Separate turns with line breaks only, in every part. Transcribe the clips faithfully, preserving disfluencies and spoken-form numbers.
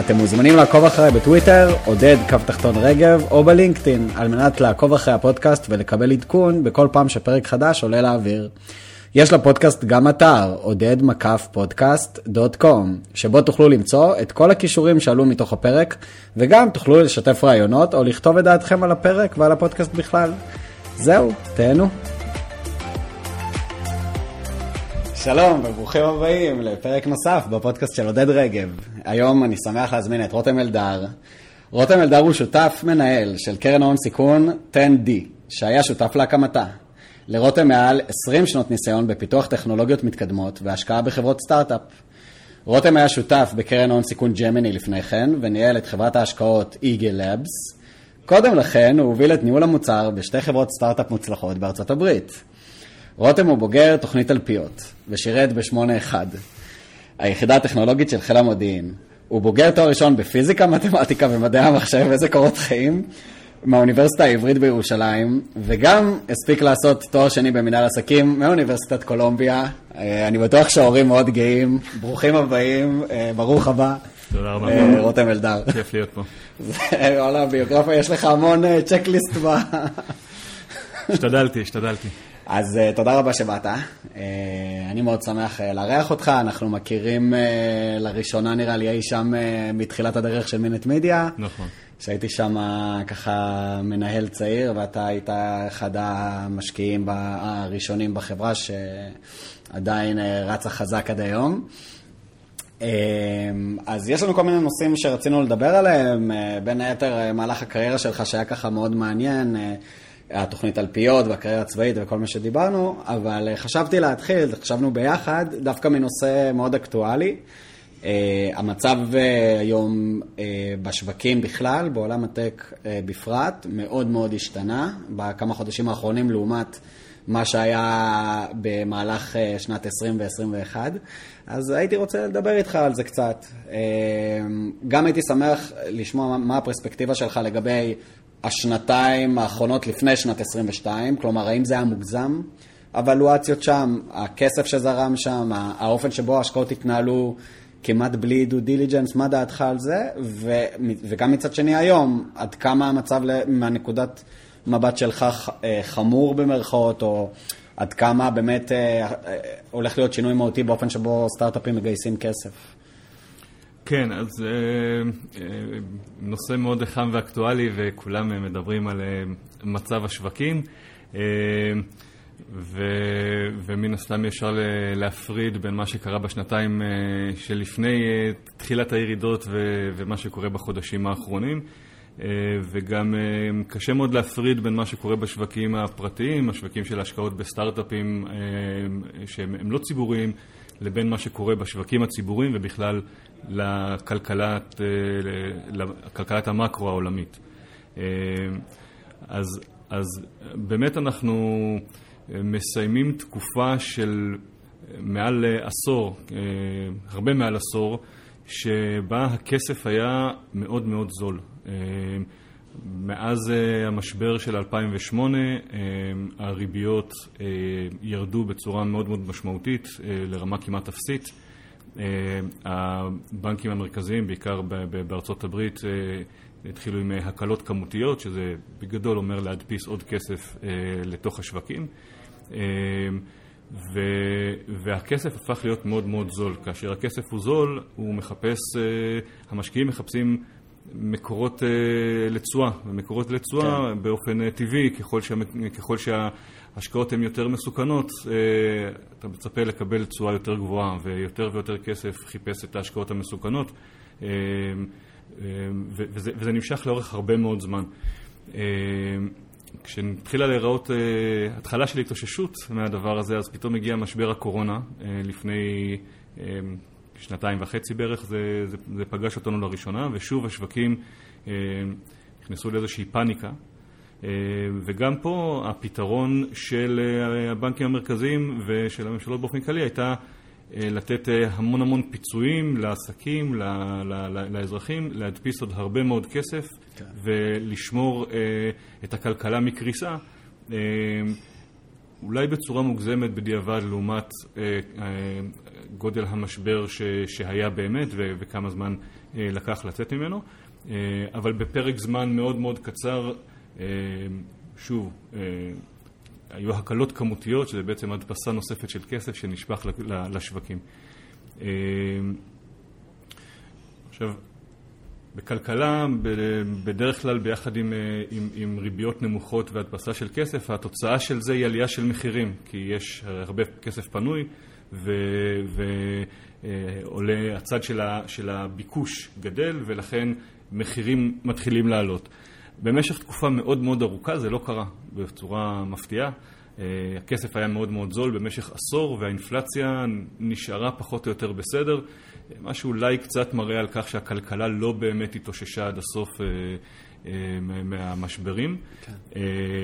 אתם מוזמנים לעקוב אחריי בטוויטר, עודד קו תחתון רגב, או בלינקדאין, על מנת לעקוב אחרי הפודקאסט ולקבל עדכון בכל פעם שפרק חדש עולה לאוויר. יש לפודקאסט גם אתר, עודד מקף פודקאסט דוט קום, שבו תוכלו למצוא את כל הכישורים שעלו מתוך הפרק, וגם תוכלו לשתף רעיונות או לכתוב את דעתכם על הפרק ועל הפודקאסט בכלל. זהו, תהנו. שלום וברוכים הבאים לפרק נוסף בפודקאסט של עודד רגב. היום אני שמח להזמין את רותם אלדר. רותם אלדר הוא שותף מנהל של קרן הון סיכון עשר די, שהיה שותף להקמתה. לרותם מעל עשרים שנות ניסיון בפיתוח טכנולוגיות מתקדמות והשקעה בחברות סטארט-אפ. רותם היה שותף בקרן הון סיכון ג'מיני לפני כן, וניהל את חברת ההשקעות איגל לבס. קודם לכן הוא הוביל את ניהול המוצר בשתי חברות סטארט-אפ מוצלחות בארצות הברית. רותם הוא בוגר תוכנית אלפיות, ושירת ב-שמונה אחד, היחידה הטכנולוגית של חיל המודיעין. הוא בוגר תואר ראשון בפיזיקה, מתמטיקה ומדעי המחשב וזה קורות חיים, מהאוניברסיטה העברית בירושלים, וגם הספיק לעשות תואר שני במנהל עסקים מאוניברסיטת קולומביה. אני בטוח שההורים מאוד גאים, ברוכים הבאים, ברוך הבא.
תודה רבה.
רותם אלדר.
כיף להיות פה.
וואלה, ביוגרפיה יש לך המון צ'קליסט ב...
השתדלתי, השתדלתי.
אז תודה רבה שבאת. אני מאוד שמח לארח אותך. אנחנו מכירים לראשונה, נראה לי, אי שם מתחילת הדרך של מינט מדיה.
נכון.
שהייתי שם ככה מנהל צעיר, ואתה היית אחד המשקיעים הראשונים בחברה שעדיין רצה חזק עד היום. אז יש לנו כל מיני נושאים שרצינו לדבר עליהם, בין היתר מהלך הקריירה שלך שהיה ככה מאוד מעניין, התוכנית אלפיות והקריירה הצבאית וכל מה שדיברנו, אבל חשבתי להתחיל, חשבנו ביחד, דווקא מנושא מאוד אקטואלי. Uh, המצב uh, היום uh, בשווקים בכלל, בעולם הטק uh, בפרט, מאוד מאוד השתנה בכמה חודשים האחרונים לעומת מה שהיה במהלך uh, שנת עשרים ו-עשרים ואחת. אז הייתי רוצה לדבר איתך על זה קצת. Uh, גם הייתי שמח לשמוע מה הפרספקטיבה שלך לגבי השנתיים האחרונות לפני שנת עשרים ושתיים, כלומר האם זה היה מוגזם, הוולואציות שם, הכסף שזרם שם, האופן שבו ההשקעות התנהלו כמעט בלי דו דיליג'נס, מה דעתך על זה? ו, וגם מצד שני היום, עד כמה המצב מהנקודת מבט שלך חמור במרכאות, או עד כמה באמת הולך להיות שינוי מהותי באופן שבו סטארט-אפים מגייסים כסף?
כן, אז נושא מאוד חם ואקטואלי, וכולם מדברים על מצב השווקים. ו... ומן הסתם אפשר להפריד בין מה שקרה בשנתיים שלפני תחילת הירידות ו... ומה שקורה בחודשים האחרונים, וגם קשה מאוד להפריד בין מה שקורה בשווקים הפרטיים, השווקים של השקעות בסטארט-אפים שהם לא ציבוריים, לבין מה שקורה בשווקים הציבוריים ובכלל לכלכלת, לכלכלת המקרו העולמית. אז, אז באמת אנחנו מסיימים תקופה של מעל עשור, הרבה מעל עשור, שבה הכסף היה מאוד מאוד זול. מאז המשבר של אלפיים ושמונה הריביות ירדו בצורה מאוד מאוד משמעותית לרמה כמעט אפסית. הבנקים המרכזיים, בעיקר בארצות הברית, התחילו עם הקלות כמותיות, שזה בגדול אומר להדפיס עוד כסף לתוך השווקים. והכסף הפך להיות מאוד מאוד זול. כאשר הכסף הוא זול, הוא מחפש, המשקיעים מחפשים מקורות לתשואה, ומקורות לתשואה כן. באופן טבעי, ככל, שה, ככל שההשקעות הן יותר מסוכנות, אתה מצפה לקבל תשואה יותר גבוהה, ויותר ויותר כסף חיפש את ההשקעות המסוכנות, וזה, וזה נמשך לאורך הרבה מאוד זמן. כשנתחילה להיראות התחלה של התאוששות מהדבר הזה, אז פתאום הגיע משבר הקורונה לפני שנתיים וחצי בערך, זה, זה, זה פגש אותנו לראשונה, ושוב השווקים אה, נכנסו לאיזושהי פאניקה, אה, וגם פה הפתרון של אה, הבנקים המרכזיים ושל הממשלות באופן כללי הייתה אה, לתת אה, המון המון פיצויים לעסקים, ל, ל, ל, לאזרחים, להדפיס עוד הרבה מאוד כסף, כן. ולשמור אה, את הכלכלה מקריסה, אה, אולי בצורה מוגזמת בדיעבד לעומת גודל המשבר שהיה באמת וכמה זמן לקח לצאת ממנו, אבל בפרק זמן מאוד מאוד קצר, שוב, היו הקלות כמותיות, שזה בעצם הדפסה נוספת של כסף שנשפך לשווקים. עכשיו, בכלכלה, בדרך כלל ביחד עם, עם, עם ריביות נמוכות והדפסה של כסף, התוצאה של זה היא עלייה של מחירים, כי יש הרבה כסף פנוי, ועולה הצד של, ה, של הביקוש גדל, ולכן מחירים מתחילים לעלות. במשך תקופה מאוד מאוד ארוכה זה לא קרה בצורה מפתיעה. הכסף היה מאוד מאוד זול במשך עשור, והאינפלציה נשארה פחות או יותר בסדר, מה שאולי קצת מראה על כך שהכלכלה לא באמת התאוששה עד הסוף מהמשברים. כן.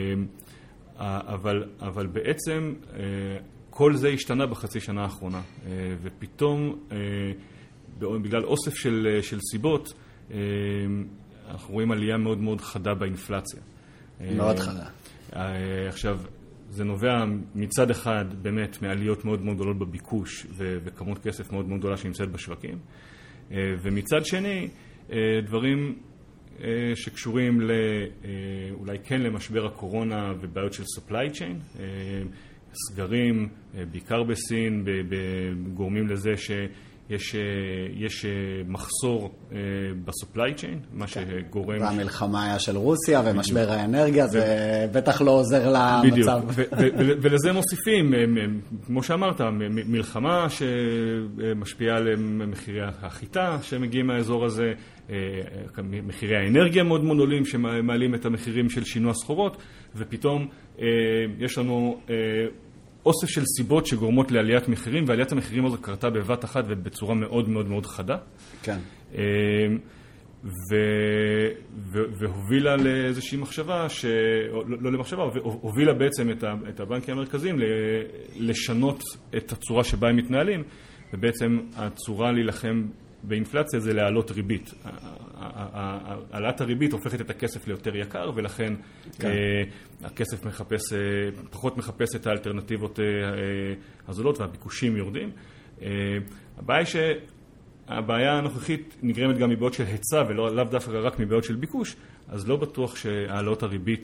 אבל, אבל בעצם כל זה השתנה בחצי שנה האחרונה, ופתאום בגלל אוסף של, של סיבות אנחנו רואים עלייה מאוד מאוד חדה באינפלציה.
מאוד חדה.
עכשיו, זה נובע מצד אחד באמת מעליות מאוד מאוד גדולות בביקוש וכמות כסף מאוד מאוד גדולה שנמצאת בשווקים, ומצד שני דברים שקשורים אולי כן למשבר הקורונה ובעיות של supply chain, סגרים, בעיקר בסין, גורמים לזה ש... יש, יש מחסור בסופליי צ'יין, מה שגורם...
והמלחמה היה של רוסיה ומשבר האנרגיה, זה בטח לא עוזר למצב.
ולזה מוסיפים, כמו שאמרת, מלחמה שמשפיעה על מחירי החיטה שמגיעים מהאזור הזה, מחירי האנרגיה מאוד מאוד עולים שמעלים את המחירים של שינוע סחורות, ופתאום יש לנו... אוסף של סיבות שגורמות לעליית מחירים, ועליית המחירים הזו קרתה בבת אחת ובצורה מאוד מאוד מאוד חדה.
כן.
ו... והובילה לאיזושהי מחשבה, ש... לא, לא למחשבה, הובילה בעצם את, ה... את הבנקים המרכזיים לשנות את הצורה שבה הם מתנהלים, ובעצם הצורה להילחם באינפלציה זה להעלות ריבית. העלאת הריבית הופכת את הכסף ליותר יקר, ולכן הכסף מחפש, פחות מחפש את האלטרנטיבות הזולות, והביקושים יורדים. הבעיה היא שהבעיה הנוכחית נגרמת גם מבעיות של היצע, ולא דווקא רק מבעיות של ביקוש, אז לא בטוח שהעלאות הריבית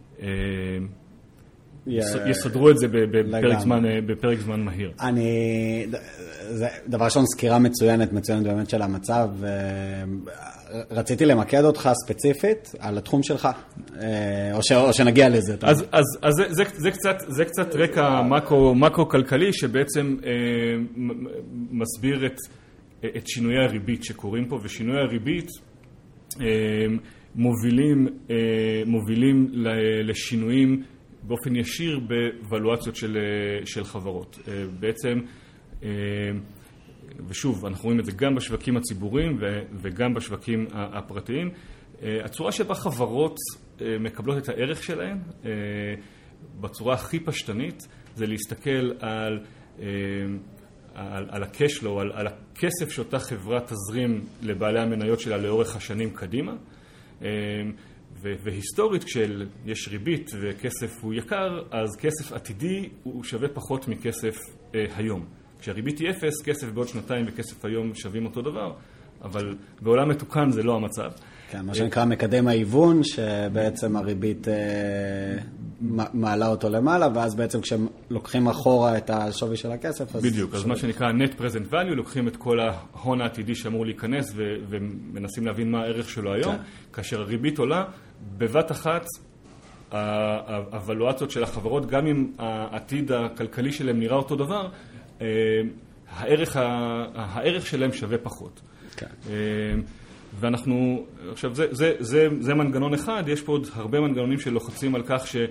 יסדרו את זה בפרק זמן, בפרק זמן מהיר.
אני, זה דבר ראשון, סקירה מצוינת, מצוינת באמת של המצב. רציתי למקד אותך ספציפית על התחום שלך, או, ש, או שנגיע לזה.
אז, אז, אז זה, זה, זה קצת, זה קצת רקע מקרו, מקרו-כלכלי שבעצם אה, מסביר את, את שינויי הריבית שקורים פה, ושינויי הריבית אה, מובילים, אה, מובילים לשינויים באופן ישיר בוולואציות של, של חברות. בעצם, ושוב, אנחנו רואים את זה גם בשווקים הציבוריים וגם בשווקים הפרטיים. הצורה שבה חברות מקבלות את הערך שלהן, בצורה הכי פשטנית, זה להסתכל על, על, על הקשלו, על, על הכסף שאותה חברה תזרים לבעלי המניות שלה לאורך השנים קדימה. והיסטורית, כשיש ריבית וכסף הוא יקר, אז כסף עתידי הוא שווה פחות מכסף אה, היום. כשהריבית היא אפס, כסף בעוד שנתיים וכסף היום שווים אותו דבר, אבל בעולם מתוקן זה לא המצב.
כן, מה שנקרא מקדם ההיוון, שבעצם הריבית אה, מעלה אותו למעלה, ואז בעצם כשלוקחים אחורה את השווי של הכסף... אז
בדיוק, אז מה שנקרא net present value, לוקחים את כל ההון העתידי שאמור להיכנס ו- ומנסים להבין מה הערך שלו היום, כן. כאשר הריבית עולה, בבת אחת הוולואציות של החברות, גם אם העתיד הכלכלי שלהם נראה אותו דבר, הערך, הערך שלהם שווה פחות. כן. ואנחנו, עכשיו זה, זה, זה, זה מנגנון אחד, יש פה עוד הרבה מנגנונים שלוחצים על כך ש,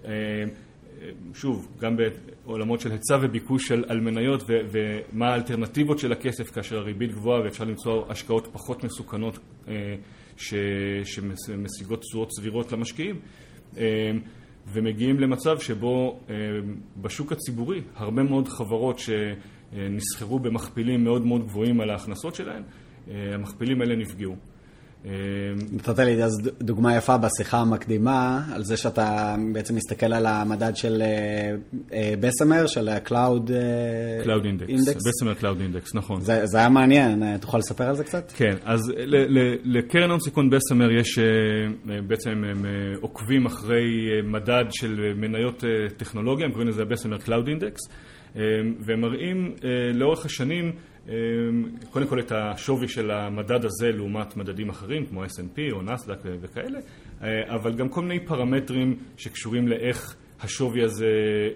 שוב, גם בעולמות של היצע וביקוש של על מניות ו, ומה האלטרנטיבות של הכסף כאשר הריבית גבוהה ואפשר למצוא השקעות פחות מסוכנות ש, שמשיגות תשואות סבירות למשקיעים, ומגיעים למצב שבו בשוק הציבורי הרבה מאוד חברות שנסחרו במכפילים מאוד מאוד גבוהים על ההכנסות שלהן, המכפילים האלה נפגעו.
נתת לי אז דוגמה יפה בשיחה המקדימה, על זה שאתה בעצם מסתכל על המדד של בסמר, של ה-Cloud
Index. בסמר Cloud Index, נכון.
זה היה מעניין, תוכל לספר על זה קצת?
כן, אז לקרן הון סיכון בסמר יש, בעצם הם עוקבים אחרי מדד של מניות טכנולוגיה, הם קוראים לזה בסמר Cloud Index, והם מראים לאורך השנים, קודם כל את השווי של המדד הזה לעומת מדדים אחרים, כמו אס אנד פי או נסדק וכאלה, אבל גם כל מיני פרמטרים שקשורים לאיך השווי הזה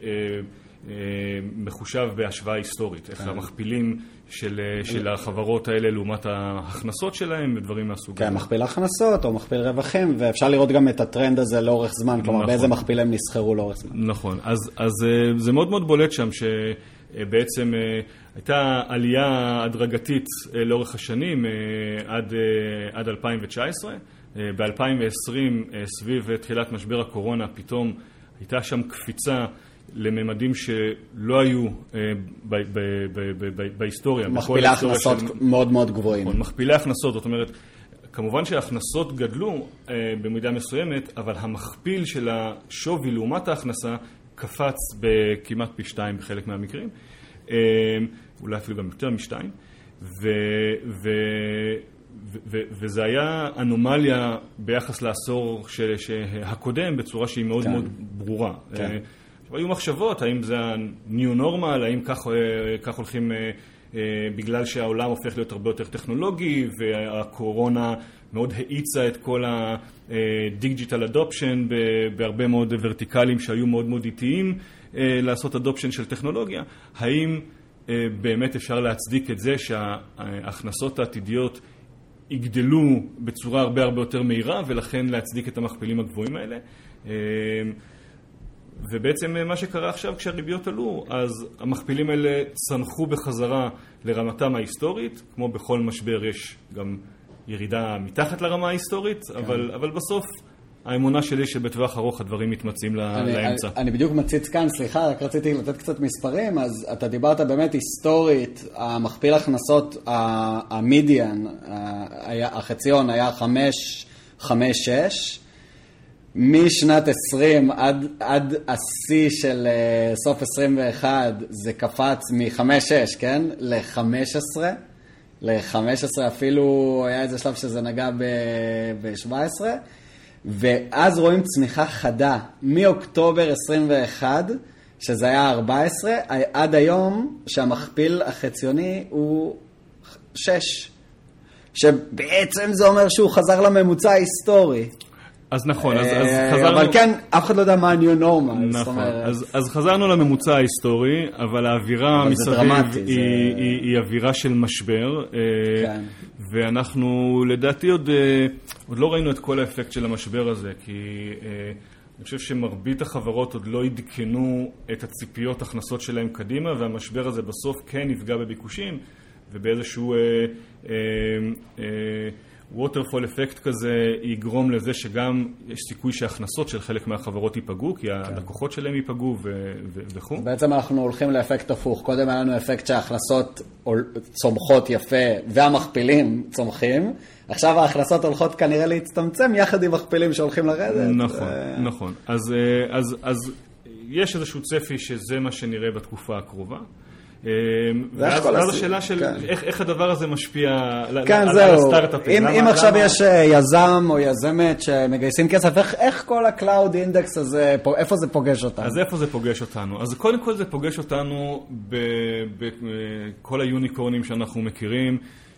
מחושב בהשוואה היסטורית, איך המכפילים של, של החברות האלה לעומת ההכנסות שלהם ודברים מהסוג.
כן, מכפיל הכנסות או מכפיל רווחים, ואפשר לראות גם את הטרנד הזה לאורך זמן, כלומר, נכון. באיזה מכפיל הם נסחרו לאורך זמן. נכון,
אז, אז זה מאוד מאוד בולט שם שבעצם הייתה עלייה הדרגתית לאורך השנים עד, עד אלפיים תשע עשרה. ב-אלפיים עשרים, סביב תחילת משבר הקורונה, פתאום הייתה שם קפיצה לממדים שלא היו בהיסטוריה.
מכפילי הכנסות מאוד מאוד גבוהים.
מכפילי הכנסות, זאת אומרת, כמובן שההכנסות גדלו במידה מסוימת, אבל המכפיל של השווי לעומת ההכנסה קפץ בכמעט פי שתיים בחלק מהמקרים, אולי אפילו גם יותר משתיים, וזה היה אנומליה ביחס לעשור הקודם בצורה שהיא מאוד מאוד ברורה. היו מחשבות, האם זה ה-new normal, האם כך, כך הולכים בגלל שהעולם הופך להיות הרבה יותר טכנולוגי, והקורונה מאוד האיצה את כל ה-digital adoption בהרבה מאוד ורטיקלים שהיו מאוד מאוד איטיים לעשות adoption של טכנולוגיה. האם באמת אפשר להצדיק את זה שההכנסות העתידיות יגדלו בצורה הרבה הרבה יותר מהירה, ולכן להצדיק את המכפילים הגבוהים האלה? ובעצם מה שקרה עכשיו כשהריביות עלו, אז המכפילים האלה צנחו בחזרה לרמתם ההיסטורית, כמו בכל משבר יש גם ירידה מתחת לרמה ההיסטורית, כן. אבל, אבל בסוף האמונה שלי שבטווח ארוך הדברים מתמצאים אני, לאמצע. אני, אני
בדיוק מציץ כאן, סליחה, רק רציתי לתת קצת מספרים, אז אתה דיברת באמת היסטורית, המכפיל הכנסות, המידיאן, החציון היה חמש, חמש, שש, משנת עשרים עד, עד השיא של uh, סוף עשרים ואחת זה קפץ מ-חמש שש, כן? ל-חמש עשרה. ל-חמש עשרה אפילו היה איזה שלב שזה נגע ב-שבע עשרה. ואז רואים צמיחה חדה מאוקטובר עשרים ואחת, שזה היה ארבע עשרה, עד היום שהמכפיל החציוני הוא שש. שבעצם זה אומר שהוא חזר לממוצע ההיסטורי.
אז נכון, אז, אז חזרנו...
אבל כן, אף אחד לא יודע מה ה-new normal.
נכון, אז, אז חזרנו לממוצע ההיסטורי, אבל האווירה מסביב היא, זה... היא, היא, היא אווירה של משבר, כן. ואנחנו לדעתי עוד, עוד לא ראינו את כל האפקט של המשבר הזה, כי אני חושב שמרבית החברות עוד לא עדכנו את הציפיות הכנסות שלהם קדימה, והמשבר הזה בסוף כן יפגע בביקושים, ובאיזשהו... אה, אה, אה, ווטרפול אפקט כזה יגרום לזה שגם יש סיכוי שההכנסות של חלק מהחברות ייפגעו, כי הלקוחות שלהם ייפגעו וכו'.
בעצם אנחנו הולכים לאפקט הפוך. קודם היה לנו אפקט שההכנסות צומחות יפה והמכפילים צומחים. עכשיו ההכנסות הולכות כנראה להצטמצם יחד עם מכפילים שהולכים לרדת.
נכון, נכון. אז יש איזשהו צפי שזה מה שנראה בתקופה הקרובה. ואז השאלה של איך הדבר הזה משפיע על הסטארט-אפים.
אם עכשיו יש יזם או יזמת שמגייסים כסף, איך כל ה-Cloud Index הזה, איפה זה פוגש אותנו?
אז איפה זה פוגש אותנו? אז קודם כל זה פוגש אותנו בכל היוניקורנים שאנחנו מכירים,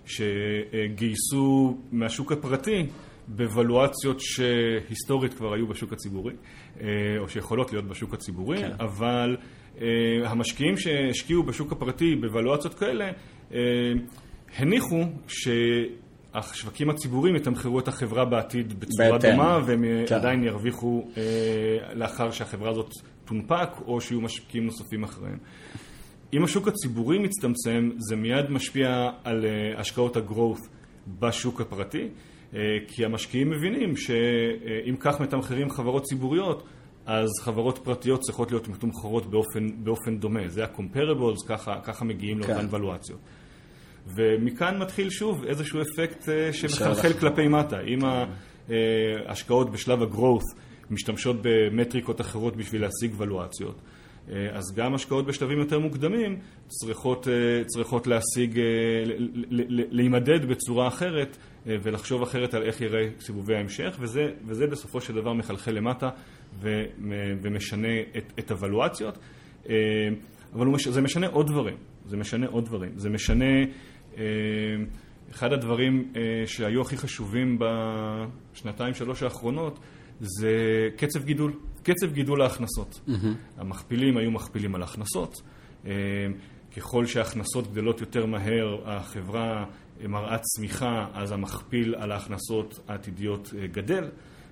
שגייסו מהשוק הפרטי בוולואציות שהיסטורית כבר היו בשוק הציבורי, או שיכולות להיות בשוק הציבורי, אבל המשקיעים שהשקיעו בשוק הפרטי בוולואציות כאלה, הניחו שהשווקים הציבוריים יתמחרו את החברה בעתיד בצורה דומה, והם עדיין ירוויחו לאחר שהחברה הזאת תונפק, או שיהיו משקיעים נוספים אחריהם. אם השוק הציבורי מצטמצם, זה מיד משפיע על השקעות הגרוth בשוק הפרטי, כי המשקיעים מבינים שאם כך מתמחרים חברות ציבוריות, אז חברות פרטיות צריכות להיות מתומחרות באופן, באופן דומה. זה ה-comparables, ככה, ככה מגיעים לאותן ולואציות. ומכאן מתחיל שוב איזשהו אפקט שמחלחל כלפי מטה. אם ההשקעות בשלב הגרואות משתמשות במטריקות אחרות בשביל להשיג ולואציות, אז גם השקעות בשלבים יותר מוקדמים צריכות, צריכות להשיג, להימדד בצורה אחרת ולחשוב אחרת על איך יראה סיבובי ההמשך, וזה, וזה בסופו של דבר מחלחל למטה ומשנה את, את הוולואציות. אבל זה משנה עוד דברים, זה משנה עוד דברים. זה משנה, אחד הדברים שהיו הכי חשובים בשנתיים שלוש האחרונות, זה קצב גידול, קצב גידול ההכנסות. Mm-hmm. המכפילים היו מכפילים על ההכנסות. ככל שההכנסות גדלות יותר מהר, החברה מראה צמיחה, אז המכפיל על ההכנסות העתידיות גדל.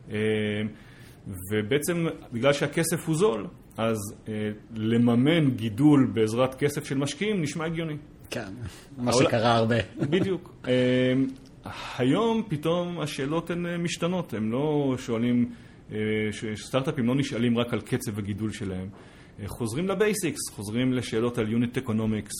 ובעצם בגלל שהכסף הוא זול, אז לממן גידול בעזרת כסף של משקיעים נשמע הגיוני. כן,
מה שקרה הרבה.
בדיוק. היום פתאום השאלות הן משתנות, הם לא שואלים, סטארט-אפים לא נשאלים רק על קצב הגידול שלהם, חוזרים לבייסיקס, חוזרים לשאלות על יוניט אקונומיקס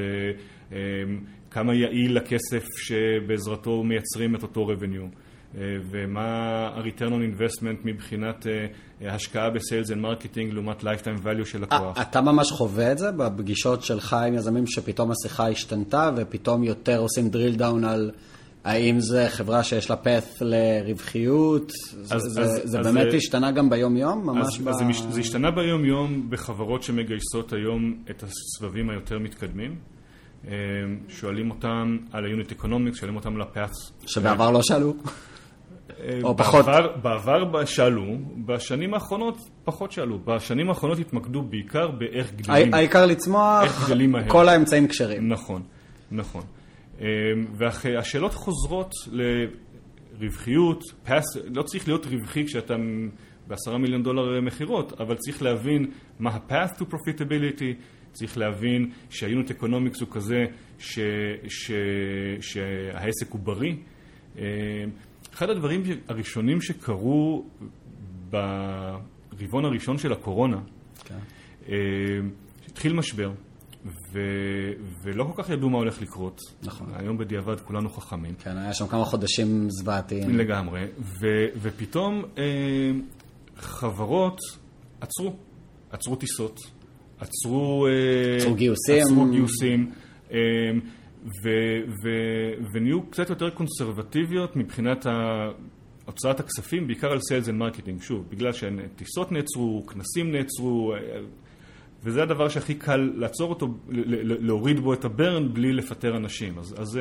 וכמה יעיל לכסף שבעזרתו מייצרים את אותו revenue, ומה ה-return on investment מבחינת השקעה ב-sales and marketing לעומת lifetime value של לקוח.
אתה ממש חווה את זה בפגישות שלך עם יזמים שפתאום השיחה השתנתה ופתאום יותר עושים drill down על האם זה חברה שיש לה path לרווחיות? זה באמת השתנה גם ביום-יום?
זה השתנה ביום-יום בחברות שמגייסות היום את הסבבים היותר מתקדמים. שואלים אותם על ה-unit economics, שואלים אותם על ה-path.
שבעבר לא שאלו? או פחות?
בעבר שאלו, בשנים האחרונות פחות שאלו. בשנים האחרונות התמקדו בעיקר באיך גדלים.
העיקר לצמוח, כל האמצעים קשרים.
נכון, נכון. והשאלות חוזרות לרווחיות, לא צריך להיות רווחי כשאתה בעשרה מיליון דולר מחירות, אבל צריך להבין מה ה-path to profitability, צריך להבין שהיוניט אקונומיקס הוא כזה ש, ש, שהעסק הוא בריא. אחד הדברים הראשונים שקרו ברבעון הראשון של הקורונה, okay. התחיל משבר. ו... ולא כל כך ידעו מה הולך לקרות. נכון. היום בדיעבד כולנו חכמים.
כן, היה שם כמה חודשים זוועתיים.
לגמרי. ו... ופתאום אה, חברות עצרו. עצרו טיסות. עצרו... אה,
עצרו גיוסים.
עצרו גיוסים. אה, ו... ו... ונהיו קצת יותר קונסרבטיביות מבחינת הוצאת הכספים, בעיקר על סיילס אנד מרקטינג. שוב, בגלל שטיסות נעצרו, כנסים נעצרו... וזה הדבר שהכי קל לעצור אותו, להוריד בו את הברן בלי לפטר אנשים. אז, אז,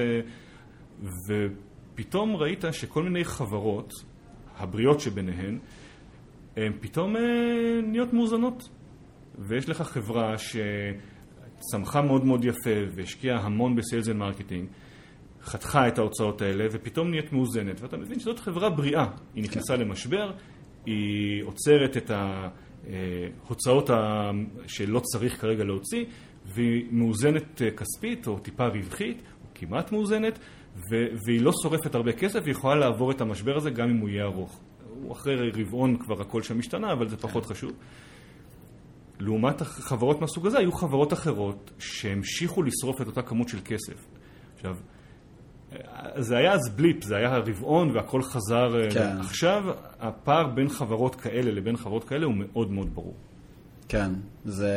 ופתאום ראית שכל מיני חברות, הבריאות שביניהן, הן פתאום נהיות מאוזנות. ויש לך חברה שצמחה מאוד מאוד יפה והשקיעה המון בסיילס אנד מרקטינג, חתכה את ההוצאות האלה ופתאום נהיית מאוזנת. ואתה מבין שזאת חברה בריאה. היא נכנסה למשבר, היא עוצרת את ה... הוצאות שלא צריך כרגע להוציא, והיא מאוזנת כספית או טיפה רווחית, או כמעט מאוזנת, והיא לא שורפת הרבה כסף, והיא יכולה לעבור את המשבר הזה גם אם הוא יהיה ארוך. הוא אחרי רבעון כבר הכל שם משתנה, אבל זה פחות חשוב. לעומת החברות מהסוג הזה, היו חברות אחרות שהמשיכו לשרוף את אותה כמות של כסף. עכשיו, זה היה אז בליפ, זה היה הרבעון והכל חזר. כן. עכשיו, הפער בין חברות כאלה לבין חברות כאלה הוא מאוד מאוד ברור.
כן, זה...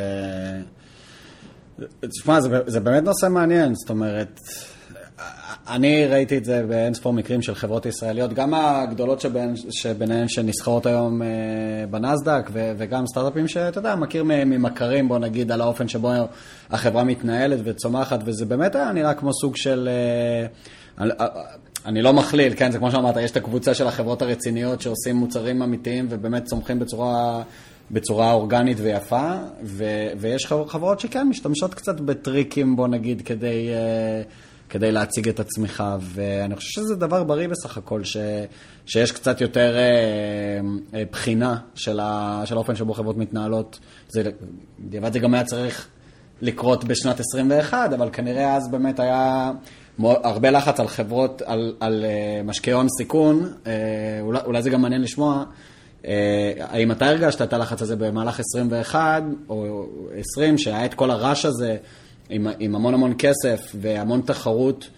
תשמע, זה, זה באמת נושא מעניין, זאת אומרת, אני ראיתי את זה באין ספור מקרים של חברות ישראליות, גם הגדולות שבין, שביניהן שנסחרות היום בנסדק, ו, וגם סטארט-אפים שאתה יודע, מכיר ממכרים, בוא נגיד, על האופן שבו החברה מתנהלת וצומחת, וזה באמת היה נראה כמו סוג של... אני, אני לא מכליל, כן, זה כמו שאמרת, יש את הקבוצה של החברות הרציניות שעושים מוצרים אמיתיים ובאמת צומחים בצורה, בצורה אורגנית ויפה, ו, ויש חברות שכן משתמשות קצת בטריקים, בוא נגיד, כדי, כדי להציג את עצמך, ואני חושב שזה דבר בריא בסך הכל, ש, שיש קצת יותר בחינה של, ה, של האופן שבו חברות מתנהלות. זה, בדיעבד זה גם היה צריך לקרות בשנת עשרים ואחת, אבל כנראה אז באמת היה... הרבה לחץ על חברות, על, על משקיעי הון סיכון, אולי, אולי זה גם מעניין לשמוע, האם אתה הרגשת את הלחץ הזה במהלך עשרים ואחת או עשרים, שהיה את כל הרש הזה עם, עם המון המון כסף והמון תחרות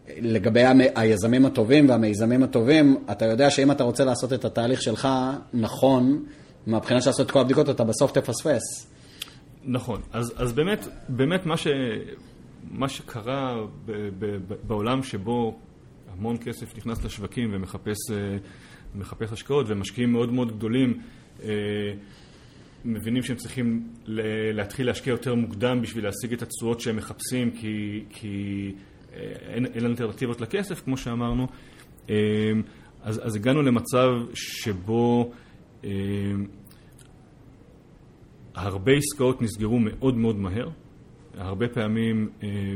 לגבי היזמים הטובים והמיזמים הטובים, אתה יודע שאם אתה רוצה לעשות את התהליך שלך נכון, מהבחינה של לעשות את כל הבדיקות, אתה בסוף תפספס.
נכון. אז, אז באמת, באמת מה ש, מה שקרה ב, ב, ב, בעולם שבו המון כסף נכנס לשווקים ומחפש, מחפש השקעות, ומשקיעים מאוד מאוד גדולים, מבינים שהם צריכים להתחיל להשקיע יותר מוקדם בשביל להשיג את התשואות שהם מחפשים, כי, כי אין, אין אלטרנטיבות לכסף, כמו שאמרנו. אז, אז הגענו למצב שבו הרבה עסקאות נסגרו מאוד מאוד מהר, הרבה פעמים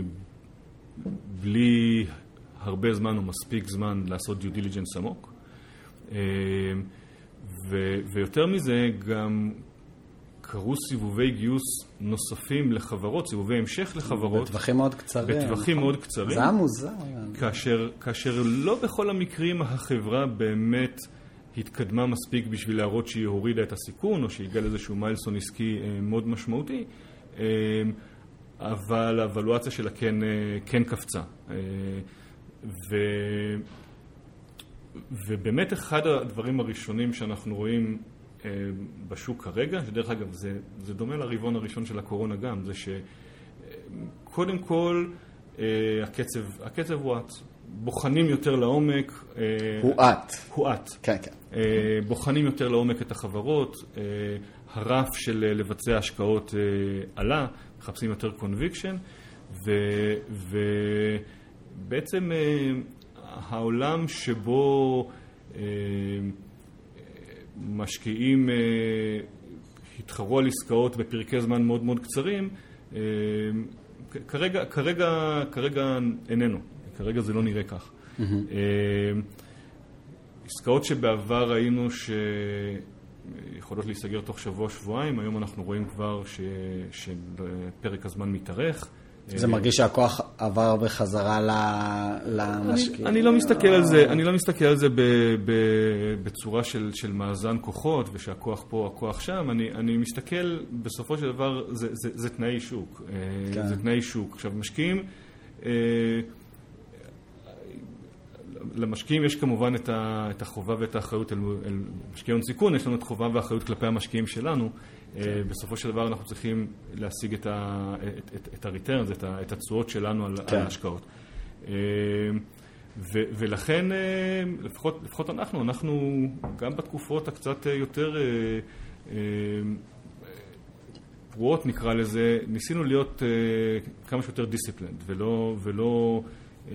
בלי הרבה זמן או מספיק זמן לעשות דיו דיליג'נס עמוק. ו- ויותר מזה גם קרו סיבובי גיוס נוספים לחברות, סיבובי המשך לחברות.
בטווחים מאוד קצרים.
בטווחים מאוד קצרים.
זה המוזר.
כאשר, כאשר לא בכל המקרים החברה באמת התקדמה מספיק בשביל להראות שהיא הורידה את הסיכון, או שהגיעה לאיזשהו מיילסון עסקי מאוד משמעותי, אבל האבלואציה שלה כן, כן קפצה. ו... ובאמת אחד הדברים הראשונים שאנחנו רואים אה, בשוק כרגע, שדרך אגב זה, זה דומה לרבעון הראשון של הקורונה גם, זה שקודם כל אה, הקצב, הקצב הואט, בוחנים יותר לעומק. אה,
הואט.
הואט.
כן, כן.
אה, בוחנים יותר לעומק את החברות, אה, הרף של לבצע השקעות אה, עלה, מחפשים יותר קונביקשן, ובעצם אה, העולם שבו אה, משקיעים אה, התחרו על עסקאות בפרקי זמן מאוד מאוד קצרים, אה, כרגע, כרגע, כרגע איננו. כרגע זה לא נראה כך. Mm-hmm. אה, עסקאות שבעבר ראינו שיכולות להיסגר תוך שבוע, שבועיים, היום אנחנו רואים כבר ש, שפרק הזמן מתארך.
זה מרגיש שהכוח עבר בחזרה למשקיעים.
אני לא מסתכל על זה, אני לא מסתכל על זה בצורה של של מאזן כוחות, ושהכוח פה, הכוח שם. אני אני מסתכל, בסופו של דבר, זה זה זה תנאי שוק. זה תנאי שוק. עכשיו, משקיעים, למשקיעים יש כמובן את ה את החובה ואת האחריות אל משקיעי הון סיכון, יש לנו את חובה והאחריות כלפי המשקיעים שלנו. בסופו של דבר אנחנו צריכים להשיג את ה את את את הריטרנס, את את התשואות שלנו על ההשקעות. ולכן לפחות לפחות אנחנו אנחנו גם בתקופות הקצת יותר פרועות נקרא לזה, ניסינו להיות כמה שיותר דיסציפלינד ולא ולא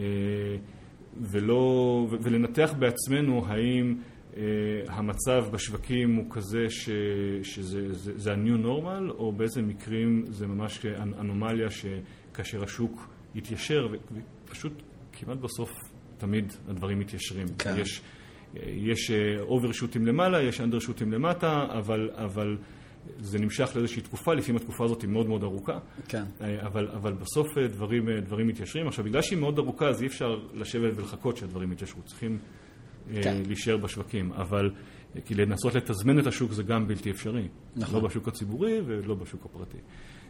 ולא ולנתח בעצמנו האם המצב בשווקים הוא כזה ש, שזה זה, זה ה-new normal, או באיזה מקרים זה ממש אנומליה שכאשר השוק יתיישר, ופשוט כמעט בסוף תמיד הדברים מתיישרים. כן. יש, יש overshooting למעלה, יש undershooting למטה, אבל, אבל זה נמשך לאיזושהי תקופה, לפעמים התקופה הזאת היא מאוד מאוד ארוכה. כן. אבל, אבל בסוף דברים, דברים מתיישרים. עכשיו, בגלל שהיא מאוד ארוכה, אז אי אפשר לשבת ולחכות שהדברים מתיישרו. צריכים כן. להישאר בשווקים, אבל כי לנסות לתזמן את השוק זה גם בלתי אפשרי. נכון. לא בשוק הציבורי ולא בשוק הפרטי.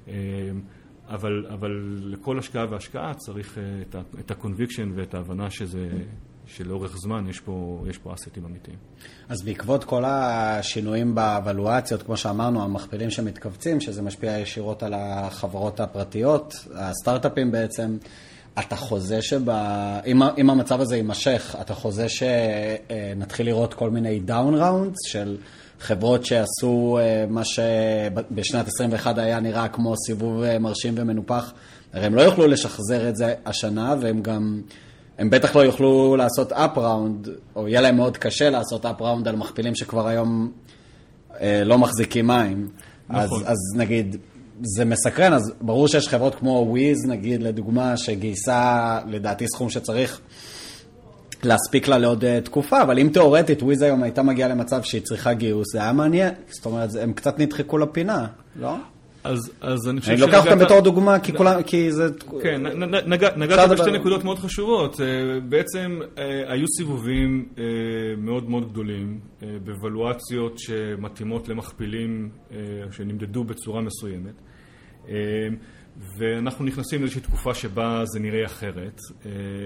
אבל, אבל לכל השקעה והשקעה צריך את, ה, את הקונביקשן ואת ההבנה שזה, שלאורך זמן יש פה, יש פה אסטים אמיתיים.
אז בעקבות כל השינויים באבלואציות, כמו שאמרנו, המכפילים שמתכווצים, שזה משפיע ישירות על החברות הפרטיות, הסטארט-אפים בעצם, אתה חוזה שבה, אם, אם המצב הזה יימשך, אתה חוזה שנתחיל לראות כל מיני דאון ראונדס של חברות שעשו מה שבשנת עשרים ואחת היה נראה כמו סיבוב מרשים ומנופח. הרי הם לא יוכלו לשחזר את זה השנה, והם גם, הם בטח לא יוכלו לעשות אפ ראונד, או יהיה להם מאוד קשה לעשות אפ ראונד על מכפילים שכבר היום לא מחזיקים מים. נכון. אז, אז נגיד, זה מסקרן, אז ברור שיש חברות כמו וויז, נגיד, לדוגמה, שגייסה, לדעתי, סכום שצריך להספיק לה לעוד תקופה, אבל אם תיאורטית, וויז היום הייתה מגיעה למצב שהיא צריכה גיוס, זה היה מעניין. זאת אומרת, הם קצת נדחקו לפינה, לא?
אז, אז אני חושב
אני לוקח אותם בתור דוגמה, כי כולם, כי זה...
כן, נגעת בשתי נקודות מאוד חשובות. בעצם היו סיבובים מאוד מאוד גדולים, בוולואציות שמתאימות למכפילים שנמדדו בצורה מסוימת. ואנחנו נכנסים לאיזושהי תקופה שבה זה נראה אחרת.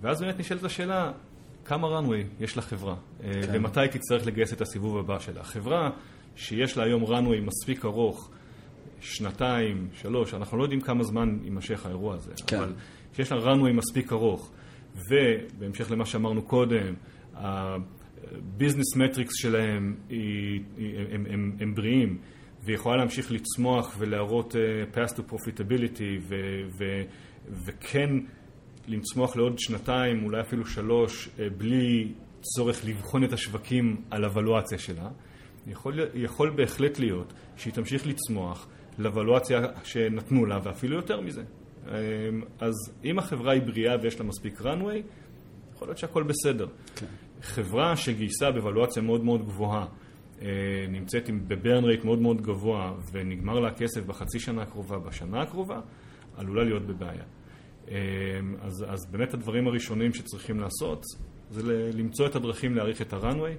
ואז באמת נשאלת השאלה, כמה runway יש לחברה, כן. ומתי תצטרך לגייס את הסיבוב הבא שלה. חברה שיש לה היום runway מספיק ארוך, שנתיים, שלוש, אנחנו לא יודעים כמה זמן יימשך האירוע הזה, כן. אבל שיש לה runway מספיק ארוך, ובהמשך למה שאמרנו קודם, הביזנס מטריקס שלהם הם, הם, הם בריאים, והיא יכולה להמשיך לצמוח ולהראות uh, path to profitability, ו, ו, וכן לצמוח לעוד שנתיים, אולי אפילו שלוש, uh, בלי צורך לבחון את השווקים על הוולואציה שלה. יכול, יכול בהחלט להיות שהיא תמשיך לצמוח לוולואציה שנתנו לה, ואפילו יותר מזה. Um, אז אם החברה היא בריאה ויש לה מספיק runway, יכול להיות שהכל בסדר. Okay. חברה שגייסה בוולואציה מאוד מאוד גבוהה, נמצאת עם בברן רייט מאוד מאוד גבוה ונגמר לה כסף בחצי שנה הקרובה, בשנה הקרובה, עלולה להיות בבעיה. אז, אז באמת הדברים הראשונים שצריכים לעשות זה למצוא את הדרכים להאריך את הראנווי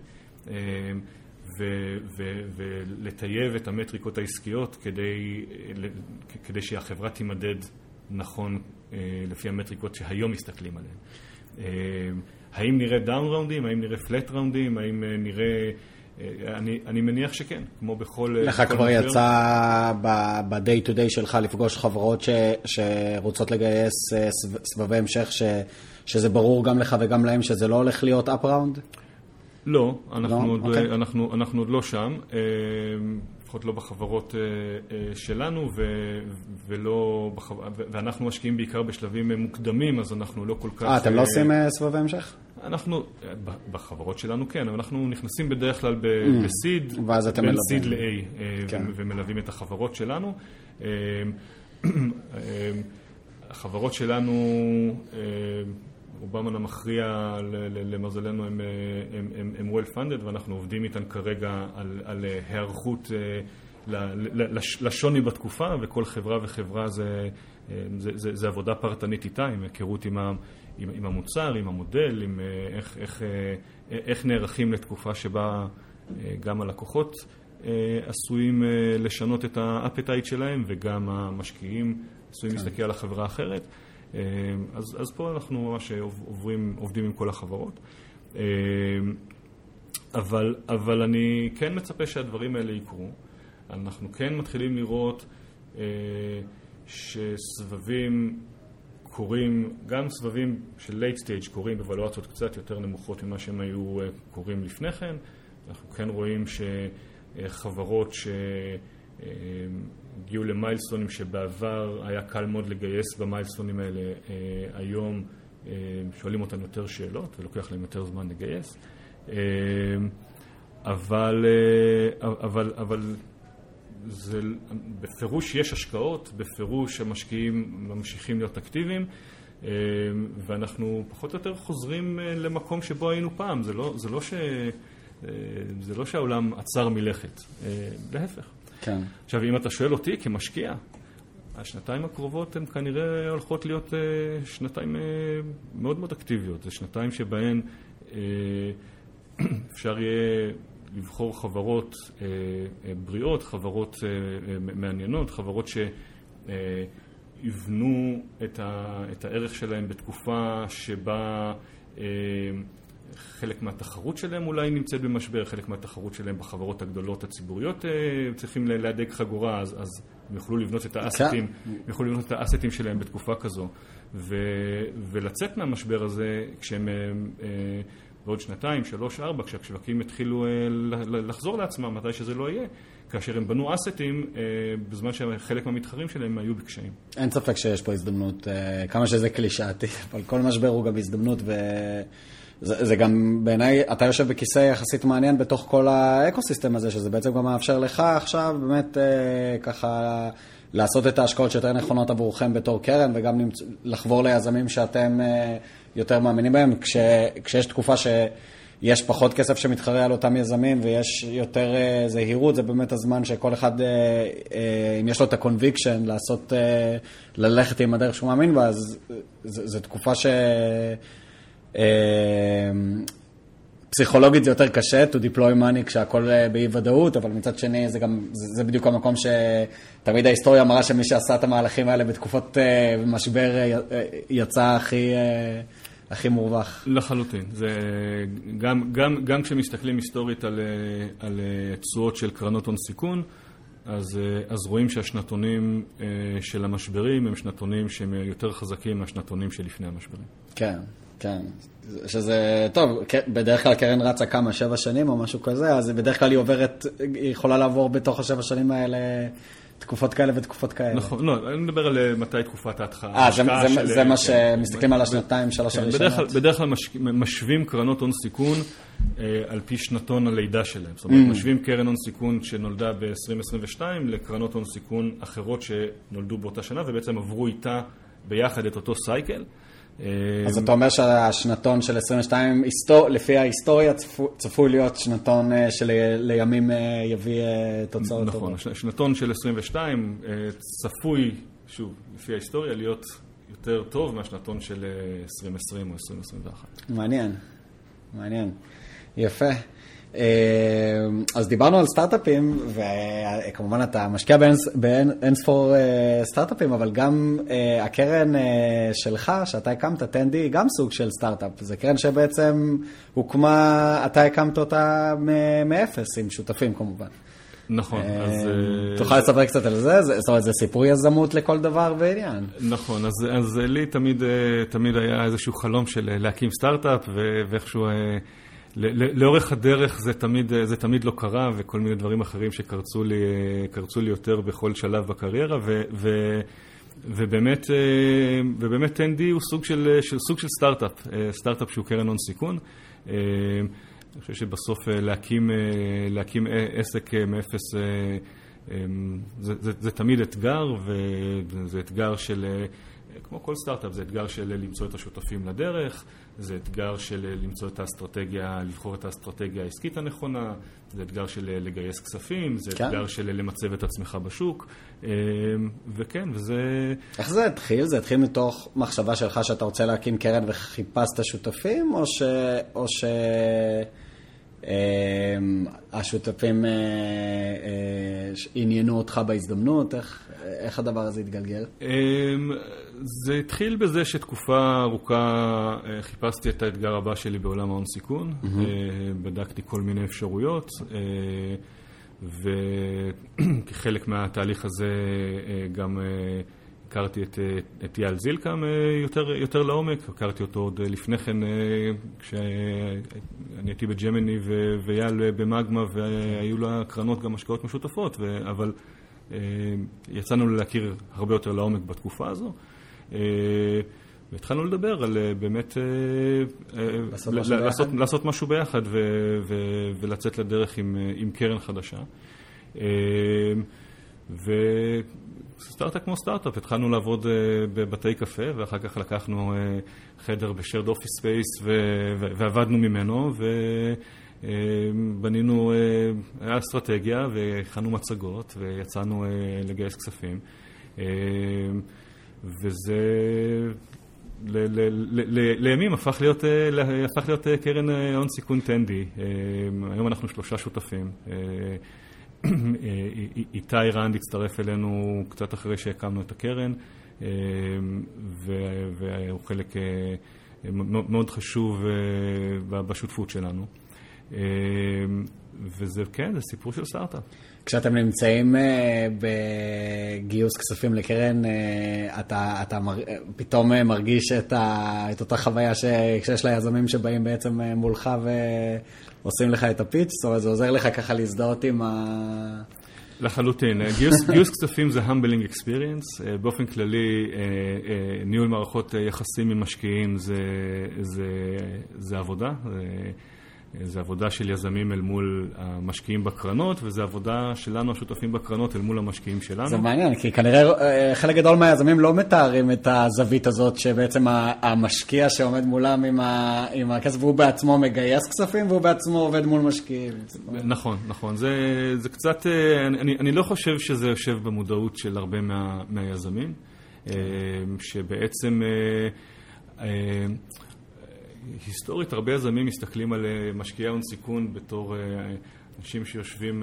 ולטייב את המטריקות העסקיות כדי, כדי שהחברה תימדד נכון לפי המטריקות שהיום מסתכלים עליהן. האם נראה דאון ראונדים, האם נראה פלט ראונדים, האם נראה... אני, אני מניח שכן, כמו בכל...
לך
בכל
כבר משבר. יצא ב-day to day שלך לפגוש חברות ש, שרוצות לגייס סבבי המשך, ש, שזה ברור גם לך וגם להם שזה לא הולך להיות up round?
לא, אנחנו,
לא?
עוד,
okay.
אנחנו, אנחנו עוד לא שם, לפחות לא בחברות שלנו, ו, ולא בחו... ואנחנו משקיעים בעיקר בשלבים מוקדמים, אז אנחנו לא כל כך...
אה, אתם לא עושים סבבי המשך?
אנחנו, בחברות שלנו כן, אבל אנחנו נכנסים בדרך כלל בסיד,
בין
סיד ל-A, ומלווים את החברות שלנו. החברות שלנו, רובם המכריע, למזלנו, הם, הם, הם, הם well funded, ואנחנו עובדים איתן כרגע על, על הערכות לשוני בתקופה, וכל חברה וחברה זה, זה, זה, זה עבודה פרטנית איתה, עם היכרות עם ה... עם, עם המוצר, עם המודל, עם איך, איך, איך נערכים לתקופה שבה גם הלקוחות עשויים לשנות את האפטייט שלהם, וגם המשקיעים עשויים להסתכל על החברה האחרת. אז, אז פה אנחנו ממש עוברים, עובדים עם כל החברות. אבל, אבל אני כן מצפה שהדברים האלה יקרו. אנחנו כן מתחילים לראות שסבבים קוראים, גם סבבים של late stage קוראים בוולואציות קצת יותר נמוכות ממה שהם היו קוראים לפני כן. אנחנו כן רואים שחברות שהגיעו למיילסטונים שבעבר היה קל מאוד לגייס במיילסטונים האלה, היום שואלים אותם יותר שאלות ולוקח להם יותר זמן לגייס. אבל, אבל, אבל זה, בפירוש יש השקעות, בפירוש המשקיעים ממשיכים להיות אקטיביים, ואנחנו פחות או יותר חוזרים למקום שבו היינו פעם. זה לא, זה לא, ש, זה לא שהעולם עצר מלכת, להפך.
כן.
עכשיו, אם אתה שואל אותי כמשקיע, השנתיים הקרובות הן כנראה הולכות להיות שנתיים מאוד מאוד אקטיביות. זה שנתיים שבהן אפשר יהיה לבחור חברות אה, אה, בריאות, חברות אה, אה, מעניינות, חברות שיבנו את, ה, את הערך שלהם בתקופה שבה אה, חלק מהתחרות שלהם אולי נמצאת במשבר, חלק מהתחרות שלהם בחברות הגדולות הציבוריות אה, צריכים להדק חגורה, אז, אז הם יוכלו לבנות את האסטים, יוכלו לבנות את האסטים שלהם בתקופה כזו, ו, ולצאת מהמשבר הזה כשהם... אה, ועוד שנתיים, שלוש, ארבע, כשהשווקים התחילו לחזור לעצמם, מתי שזה לא יהיה, כאשר הם בנו אסטים, בזמן שחלק מהמתחרים שלהם היו בקשיים.
אין ספק שיש פה הזדמנות, כמה שזה קלישאתי, אבל כל משבר הוא גם הזדמנות, וזה גם בעיניי, אתה יושב בכיסא יחסית מעניין בתוך כל האקוסיסטם הזה, שזה בעצם גם מאפשר לך עכשיו באמת ככה לעשות את ההשקעות שיותר נכונות עבורכם בתור קרן, וגם לחבור ליזמים שאתם יותר מאמינים בהם, כש, כשיש תקופה שיש פחות כסף שמתחרה על אותם יזמים, ויש יותר זהירות, זה באמת הזמן שכל אחד, אם יש לו את הקונביקשן, לעשות, ללכת עם הדרך שהוא מאמין בה, אז זו תקופה ש... פסיכולוגית זה יותר קשה, to deploy money כשהכל באי ודאות, אבל מצד שני זה גם, זה, זה בדיוק המקום שתמיד ההיסטוריה מראה שמי שעשה את המהלכים האלה בתקופות משבר יצא הכי, הכי מורווח.
לחלוטין. זה גם, גם, גם כשמסתכלים היסטורית על, על תשואות של קרנות הון סיכון, אז, אז רואים שהשנתונים של המשברים הם שנתונים שהם יותר חזקים מהשנתונים שלפני המשברים.
כן, כן. שזה, טוב, בדרך כלל קרן רצה כמה, שבע שנים או משהו כזה, אז בדרך כלל היא עוברת, היא יכולה לעבור בתוך השבע שנים האלה תקופות כאלה ותקופות כאלה.
נכון, לא, אני מדבר על מתי תקופת ההתחלה.
אה, זה מה שמסתכלים על השנתיים, שלוש הראשונות.
בדרך כלל משווים קרנות הון סיכון על פי שנתון הלידה שלהם. זאת אומרת, משווים קרן הון סיכון שנולדה ב-עשרים עשרים ושתיים לקרנות הון סיכון אחרות שנולדו באותה שנה, ובעצם עברו איתה ביחד את אותו סייקל.
אז אתה אומר שהשנתון של עשרים ושתיים, לפי ההיסטוריה, צפוי להיות שנתון שלימים יביא תוצאות טובות.
נכון, השנתון של עשרים ושתיים צפוי, שוב, לפי ההיסטוריה, להיות יותר טוב מהשנתון של עשרים עשרים או עשרים עשרים ואחת.
מעניין, מעניין. יפה. אז דיברנו על סטארט-אפים, וכמובן אתה משקיע באין ספור סטארט-אפים, אבל גם הקרן שלך, שאתה הקמת, טנדי, היא גם סוג של סטארט-אפ. זה קרן שבעצם הוקמה, אתה הקמת אותה מאפס, עם שותפים כמובן.
נכון.
תוכל לספר קצת על זה? זאת אומרת, זה סיפור יזמות לכל דבר ועניין.
נכון, אז לי תמיד היה איזשהו חלום של להקים סטארט-אפ, ואיכשהו לאורך הדרך זה תמיד, זה תמיד לא קרה, וכל מיני דברים אחרים שקרצו לי, קרצו לי יותר בכל שלב בקריירה, ו, ו, ובאמת, ובאמת טנדי הוא סוג של, של, סוג של סטארט-אפ, סטארט-אפ שהוא קרן הון סיכון. אני חושב שבסוף להקים, להקים עסק מאפס, זה, זה, זה תמיד אתגר, וזה אתגר של, כמו כל סטארט-אפ, זה אתגר של למצוא את השותפים לדרך, זה אתגר של למצוא את האסטרטגיה, לבחור את האסטרטגיה העסקית הנכונה, זה אתגר של לגייס כספים, זה כן. אתגר של למצב את עצמך בשוק, וכן, וזה... איך זה התחיל? זה התחיל מתוך מחשבה שלך שאתה רוצה להקים קרן וחיפשת שותפים, או ש... או ש... השותפים עניינו אותך בהזדמנות? איך, איך הדבר הזה התגלגל? זה התחיל בזה שתקופה ארוכה חיפשתי את האתגר הבא שלי בעולם ההון סיכון. בדקתי כל מיני אפשרויות, וכחלק מהתהליך הזה גם הכרתי את, את יעל זילקם יותר, יותר לעומק, הכרתי אותו עוד לפני כן כשאני הייתי בג'מיני ו, ויעל במגמה, והיו לה קרנות גם השקעות משותפות, ו, אבל יצאנו להכיר הרבה יותר לעומק בתקופה הזו, והתחלנו לדבר על באמת לעשות משהו, לעשות, לעשות משהו ביחד ו, ו, ולצאת לדרך עם, עם קרן חדשה. ו... סטארט-אפ כמו סטארט-אפ, התחלנו לעבוד בבתי קפה, ואחר כך לקחנו חדר בשרד אופיס ספייס ועבדנו ממנו, ובנינו אסטרטגיה והכנו מצגות ויצאנו לגייס כספים, וזה לימים הפך להיות, הפך להיות קרן הון סיכון טנדי. היום אנחנו שלושה שותפים. איתי רנד הצטרף אלינו קצת אחרי שהקמנו את הקרן, והוא חלק מאוד חשוב בשותפות שלנו. וזה, כן, זה סיפור של סטארט-אפ.
כשאתם נמצאים בגיוס כספים לקרן, אתה, אתה פתאום מרגיש את, ה, את אותה חוויה שיש ליזמים שבאים בעצם מולך ועושים לך את הפיץ', זאת אומרת, זה עוזר לך ככה להזדהות עם ה...
לחלוטין. גיוס, גיוס כספים זה humbling experience. באופן כללי, ניהול מערכות יחסים עם משקיעים זה, זה, זה עבודה. זה עבודה של יזמים אל מול המשקיעים בקרנות, וזה עבודה שלנו, השותפים בקרנות, אל מול המשקיעים שלנו.
זה מעניין, כי כנראה חלק גדול מהיזמים לא מתארים את הזווית הזאת, שבעצם המשקיע שעומד מולם עם, ה, עם הכסף, והוא בעצמו מגייס כספים, והוא בעצמו עובד מול משקיעים.
נכון, נכון. זה, זה קצת, אני, אני לא חושב שזה יושב במודעות של הרבה מה, מהיזמים, שבעצם... היסטורית, הרבה יזמים מסתכלים על משקיעי הון סיכון בתור אנשים שיושבים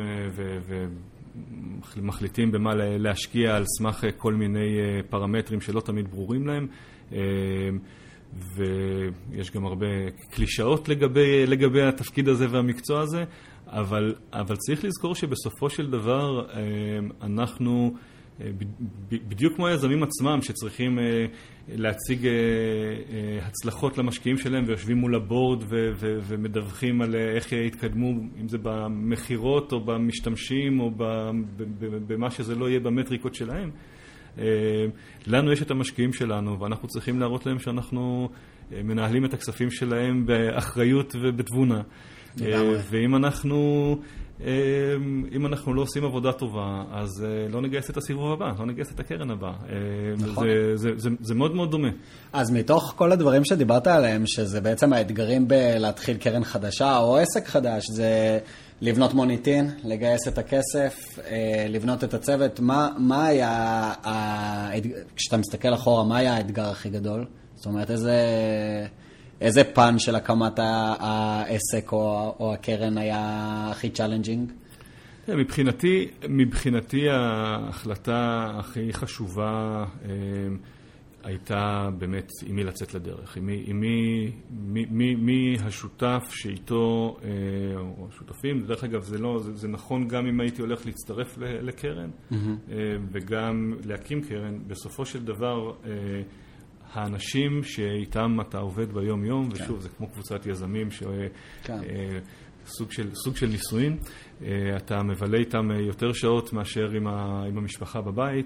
ומחליטים במה להשקיע על סמך כל מיני פרמטרים שלא תמיד ברורים להם. ויש גם הרבה קלישאות לגבי, לגבי התפקיד הזה והמקצוע הזה, אבל, אבל צריך לזכור שבסופו של דבר אנחנו, בדיוק כמו היזמים עצמם שצריכים להציג הצלחות למשקיעים שלהם ויושבים מול הבורד ו- ו- ומדווחים על איך יתקדמו, אם זה במחירות או במשתמשים או במה שזה לא יהיה במטריקות שלהם. לנו יש את המשקיעים שלנו ואנחנו צריכים להראות להם שאנחנו מנהלים את הכספים שלהם באחריות ובתבונה. ואם אנחנו אם אנחנו לא עושים עבודה טובה, אז לא נגייס את הסיבוב הבא, לא נגייס את הקרן הבאה. נכון. זה, זה, זה, זה מאוד מאוד דומה.
אז מתוך כל הדברים שדיברת עליהם, שזה בעצם האתגרים בלהתחיל קרן חדשה או עסק חדש, זה לבנות מוניטין, לגייס את הכסף, לבנות את הצוות. מה, מה היה, כשאתה מסתכל אחורה, מה היה האתגר הכי גדול? זאת אומרת, איזה... איזה פן של הקמת העסק או, או הקרן היה הכי צ'אלנג'ינג?
מבחינתי, מבחינתי ההחלטה הכי חשובה הייתה באמת עם מי לצאת לדרך, עם מי, עם מי, מי, מי, מי השותף שאיתו, או השותפים, דרך אגב זה לא, זה, זה נכון גם אם הייתי הולך להצטרף לקרן, mm-hmm. וגם להקים קרן, בסופו של דבר, האנשים שאיתם אתה עובד ביום יום, כן. ושוב, זה כמו קבוצת יזמים, כן. סוג של, סוג של ניסויים, אתה מבלה איתם יותר שעות מאשר עם, ה, עם המשפחה בבית,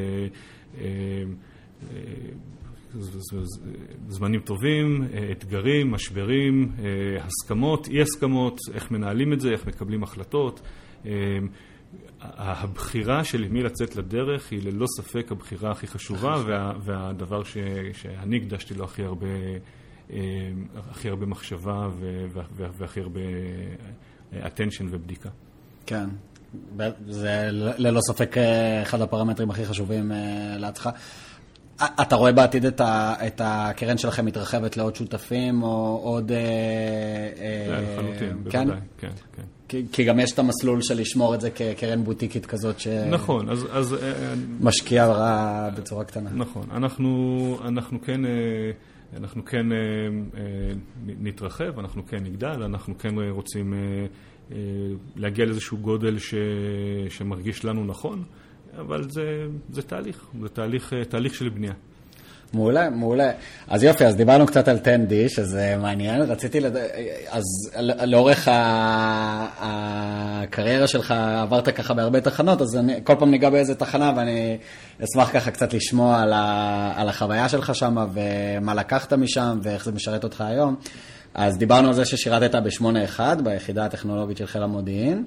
זמנים טובים, אתגרים, משברים, הסכמות, אי הסכמות, איך מנהלים את זה, איך מקבלים החלטות. הבחירה של מי לצאת לדרך היא ללא ספק הבחירה הכי חשובה, וה, והדבר ש, שאני הקדשתי לו הכי הרבה, הכי הרבה מחשבה והכי הרבה attention ובדיקה.
כן, זה ללא ספק אחד הפרמטרים הכי חשובים לעצמך. אתה רואה בעתיד את, ה, את הקרן שלכם מתרחבת לעוד שותפים או עוד...
לחלוטין, בוודאי, כן, כן.
כי, כי גם יש את המסלול של לשמור את זה כקרן בוטיקית כזאת ש...
נכון, אז... אז
משקיעה בצורה קטנה.
נכון, אנחנו, אנחנו כן... אנחנו כן נתרחב, אנחנו כן נגדל, אנחנו כן רוצים להגיע לאיזשהו גודל ש, שמרגיש לנו נכון, אבל זה, זה תהליך, זה תהליך, תהליך של בנייה.
מעולה, מעולה. אז יופי, אז דיברנו קצת על טן די, שזה מעניין. רציתי, לד... אז לאורך הקריירה שלך עברת ככה בהרבה תחנות, אז אני כל פעם ניגע באיזה תחנה, ואני אשמח ככה קצת לשמוע על, ה... על החוויה שלך שם, ומה לקחת משם, ואיך זה משרת אותך היום. אז דיברנו על זה ששירתת ב-שמונה אחד, ביחידה הטכנולוגית של חיל המודיעין.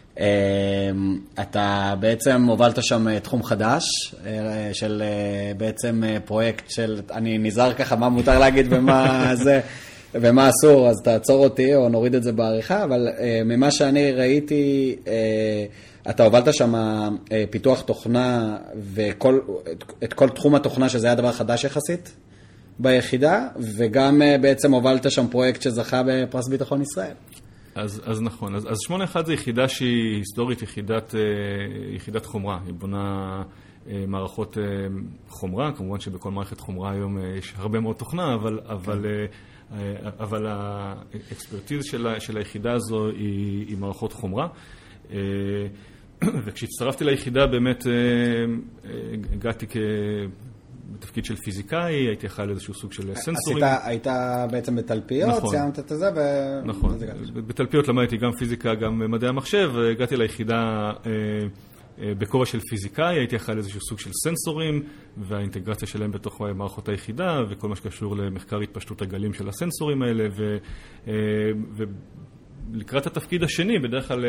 אתה בעצם הובלת שם תחום חדש של בעצם פרויקט של, אני נזהר ככה מה מותר להגיד ומה זה ומה אסור, אז תעצור אותי או נוריד את זה בעריכה, אבל ממה שאני ראיתי, אתה הובלת שם פיתוח תוכנה וכל, את כל תחום התוכנה שזה היה דבר חדש יחסית ביחידה, וגם בעצם הובלת שם פרויקט שזכה בפרס ביטחון ישראל.
אז, אז נכון. אז, אז שמונה אחד זה יחידה שהיא היסטורית, יחידת, יחידת חומרה. היא בונה מערכות חומרה. כמובן שבכל מערכת חומרה היום יש הרבה מאוד תוכנה, אבל, אבל, אבל האקספרטיז של, של היחידה הזו היא, היא מערכות חומרה. וכשהצטרפתי ליחידה באמת הגעתי כ... בתפקיד של פיזיקאי, הייתי אחראי לאיזשהו סוג של סנסורים.
היית בעצם בתלפיות, נכון. סיימת את זה ו...
נכון, בתלפיות למדתי גם פיזיקה, גם מדעי המחשב, הגעתי ליחידה בכובע של פיזיקאי, הייתי אחראי לאיזשהו סוג של סנסורים, והאינטגרציה שלהם בתוך מערכות היחידה, וכל מה שקשור למחקר התפשטות הגלים של הסנסורים האלה, ו... ולקראת התפקיד השני, בדרך כלל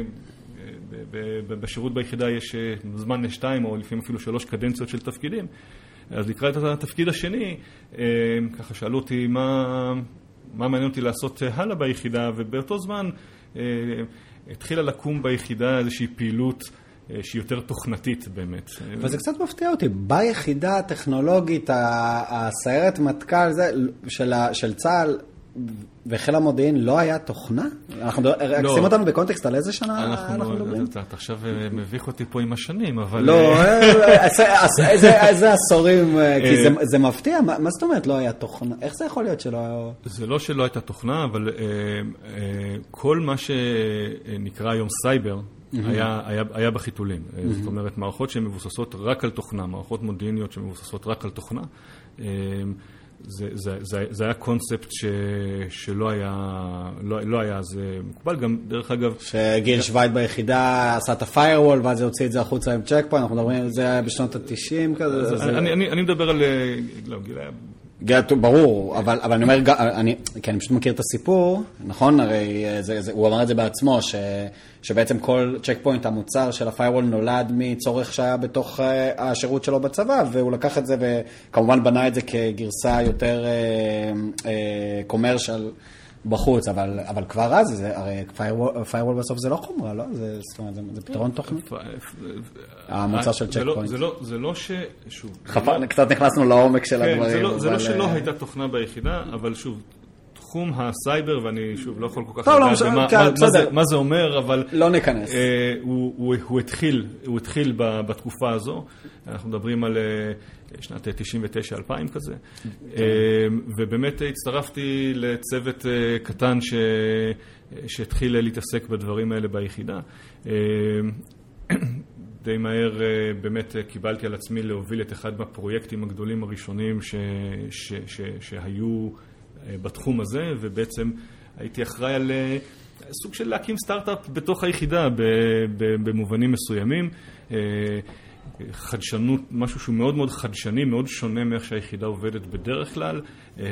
בשירות ביחידה יש זמן לשתיים, או לפעמים אפילו שלוש קדנציות של תפקידים. אז לקראת את התפקיד השני, ככה שאלו אותי מה, מה מעניין אותי לעשות הלאה ביחידה, ובאותו זמן התחילה לקום ביחידה איזושהי פעילות שהיא יותר תוכנתית באמת.
וזה קצת מפתיע אותי, ביחידה הטכנולוגית, הסיירת מטכ"ל של, של צה"ל, וחיל המודיעין לא היה תוכנה? אנחנו שים אותנו בקונטקסט על איזה שנה אנחנו מדברים?
אתה עכשיו מביך אותי פה עם השנים, אבל...
לא, איזה עשורים, כי זה מפתיע, מה זאת אומרת לא היה תוכנה? איך זה יכול להיות שלא היה...
זה לא שלא הייתה תוכנה, אבל כל מה שנקרא היום סייבר, היה, היה, היה בחיתולים. זאת אומרת, מערכות שהן מבוססות רק על תוכנה, מערכות מודיעיניות שמבוססות רק על תוכנה, זה, זה, זה, זה היה קונספט ש, שלא היה, לא, לא היה, זה מקובל גם, דרך אגב...
שגיל שווייט ביחידה עשה את ה-firewall, ואז הוציא את זה החוצה עם צ'ק פוינט, אנחנו מדברים על זה בשנות ה-תשעים כזה.
זה... אני, אני, אני מדבר על... לא, גיל היה...
ברור, אבל, אבל אני אומר, אני, כי אני פשוט מכיר את הסיפור, נכון? הרי זה, זה, הוא אמר את זה בעצמו, ש, שבעצם כל צ'ק פוינט המוצר של ה-firewall נולד מצורך שהיה בתוך השירות שלו בצבא, והוא לקח את זה וכמובן בנה את זה כגרסה יותר קומרשל בחוץ, אבל, אבל כבר אז, זה, הרי firewall בסוף זה לא חומרה, לא? זה, זאת אומרת, זה, זה פתרון תוכני. המוצר של צ'ק פוינט.
זה לא, זה לא ש... שוב...
קצת נכנסנו לעומק של הדברים.
זה לא, זה לא שלא הייתה תוכנה ביחידה, אבל שוב, תחום הסייבר, ואני שוב לא יכול כל כך לדעת מה זה אומר, אבל...
לא ניכנס.
הוא התחיל, הוא התחיל בתקופה הזו. אנחנו מדברים על שנת תשעים ותשע אלפיים כזה. ובאמת הצטרפתי לצוות קטן שהתחיל להתעסק בדברים האלה ביחידה. די מהר באמת קיבלתי על עצמי להוביל את אחד מהפרויקטים הגדולים הראשונים ש, ש, ש, שהיו בתחום הזה, ובעצם הייתי אחראי על סוג של להקים סטארט-אפ בתוך היחידה במובנים מסוימים. חדשנות, משהו שהוא מאוד מאוד חדשני, מאוד שונה מאיך שהיחידה עובדת בדרך כלל.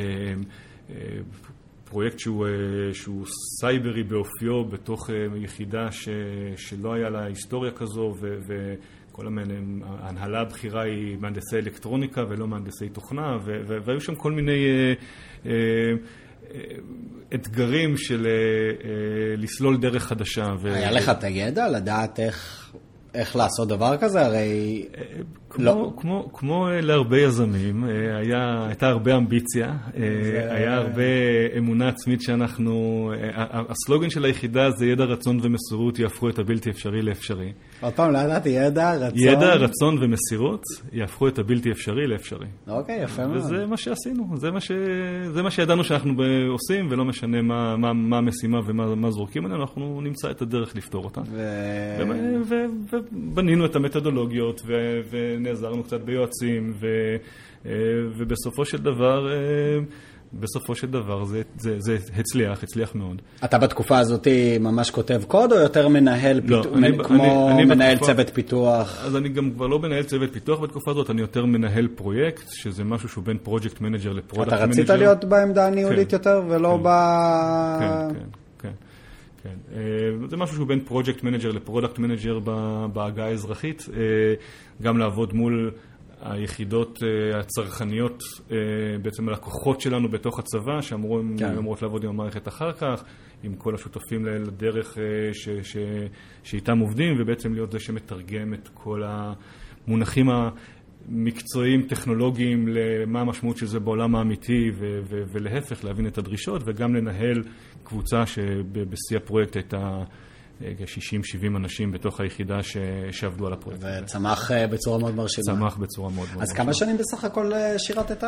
פרויקט שהוא, שהוא סייברי באופיו בתוך יחידה ש, שלא היה לה היסטוריה כזו, ו, וכל המעניין, ההנהלה הבחירה היא מהנדסי אלקטרוניקה ולא מהנדסי תוכנה, ו, ו, והיו שם כל מיני אה, אה, אתגרים של אה, לסלול דרך חדשה. ו...
היה לך את הידע לדעת איך... איך לעשות דבר כזה? הרי...
כמו, לא. כמו, כמו להרבה יזמים, היה, הייתה הרבה אמביציה, זה... היה הרבה אמונה עצמית שאנחנו... הסלוגן של היחידה זה ידע, רצון ומסירות יהפכו את הבלתי אפשרי לאפשרי.
עוד פעם, לא ידעתי, ידע, רצון...
ידע, רצון ומסירות יהפכו את הבלתי אפשרי לאפשרי.
אוקיי, יפה מאוד.
וזה מה שעשינו, זה מה, ש... זה מה שידענו שאנחנו עושים, ולא משנה מה, מה, מה המשימה ומה מה זורקים עלינו, אנחנו נמצא את הדרך לפתור אותה. ו... ו... ו... ובנינו את המתודולוגיות, ו... ונעזרנו קצת ביועצים, ו... ובסופו של דבר... בסופו של דבר זה, זה, זה הצליח, הצליח מאוד.
אתה בתקופה הזאת ממש כותב קוד, או יותר מנהל,
לא,
פיתוח,
אני,
כמו
אני, אני
מנהל
בתקופה,
צוות פיתוח?
אז אני גם כבר לא מנהל צוות פיתוח בתקופה הזאת, אני יותר מנהל פרויקט, שזה משהו שהוא בין פרויקט מנג'ר לפרודקט מנג'ר.
אתה רצית להיות בעמדה הניהולית כן, יותר, ולא
כן,
ב...
כן, כן, כן, כן. זה משהו שהוא בין פרויקט מנג'ר לפרודקט מנג'ר בהגה האזרחית, גם לעבוד מול... היחידות הצרכניות, בעצם הלקוחות שלנו בתוך הצבא, שאמורות לעבוד עם המערכת אחר כך, עם כל השותפים לדרך ש, ש, שאיתם עובדים, ובעצם להיות זה שמתרגם את כל המונחים המקצועיים, טכנולוגיים, למה המשמעות של זה בעולם האמיתי, ו, ו, ולהפך, להבין את הדרישות, וגם לנהל קבוצה שבשיא הפרויקט הייתה שישים שבעים אנשים בתוך היחידה ש... שעבדו על הפרויקט.
וצמח בצורה מאוד מרשימה.
צמח בצורה מאוד מאוד
אז כמה שנים בסך הכל שירתת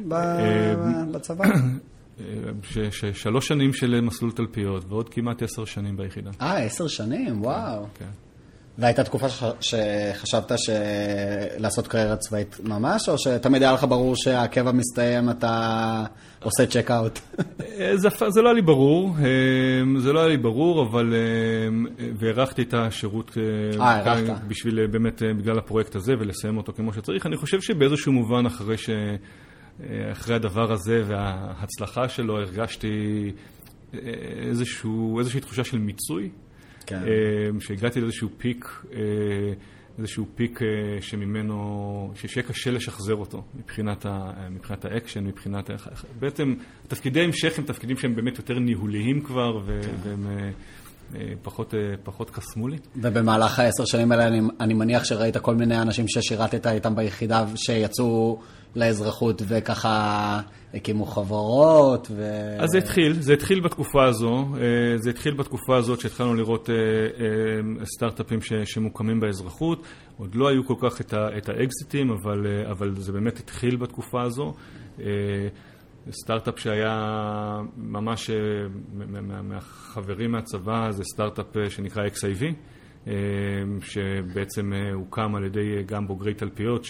בצבא?
ש... ש... שלוש שנים של מסלול תלפיות, ועוד כמעט עשר שנים ביחידה.
אה, עשר שנים, וואו.
כן.
והייתה תקופה שחשבת לעשות קריירה צבאית ממש, או שתמיד היה לך ברור שהקבע מסתיים, אתה עושה צ'ק-אוט?
זה, זה לא היה לי ברור, זה לא היה לי ברור, אבל והערכתי את השירות בשביל, באמת, בגלל הפרויקט הזה, ולסיים אותו כמו שצריך. אני חושב שבאיזשהו מובן, אחרי ש... אחרי הדבר הזה וההצלחה שלו, הרגשתי איזשהו, איזושהי תחושה של מיצוי. כן. שהגעתי לאיזשהו פיק, איזשהו פיק שממנו, שיהיה קשה לשחזר אותו, מבחינת, ה, מבחינת האקשן, מבחינת, בעצם תפקידי המשך הם תפקידים שהם באמת יותר ניהוליים כבר, ו, והם, פחות, פחות קסמו לי.
ובמהלך העשר שנים האלה אני, אני מניח שראית כל מיני אנשים ששירתת איתם ביחידה שיצאו לאזרחות וככה הקימו חברות. ו...
אז זה התחיל, זה התחיל בתקופה הזו, זה התחיל בתקופה הזאת שהתחלנו לראות סטארט-אפים שמוקמים באזרחות, עוד לא היו כל כך את, ה, את האקזיטים, אבל, אבל זה באמת התחיל בתקופה הזו. סטארט-אפ שהיה ממש מהחברים מהצבא, זה סטארט-אפ שנקרא אקס איי וי, שבעצם הוקם על ידי גם בוגרי תלפיות,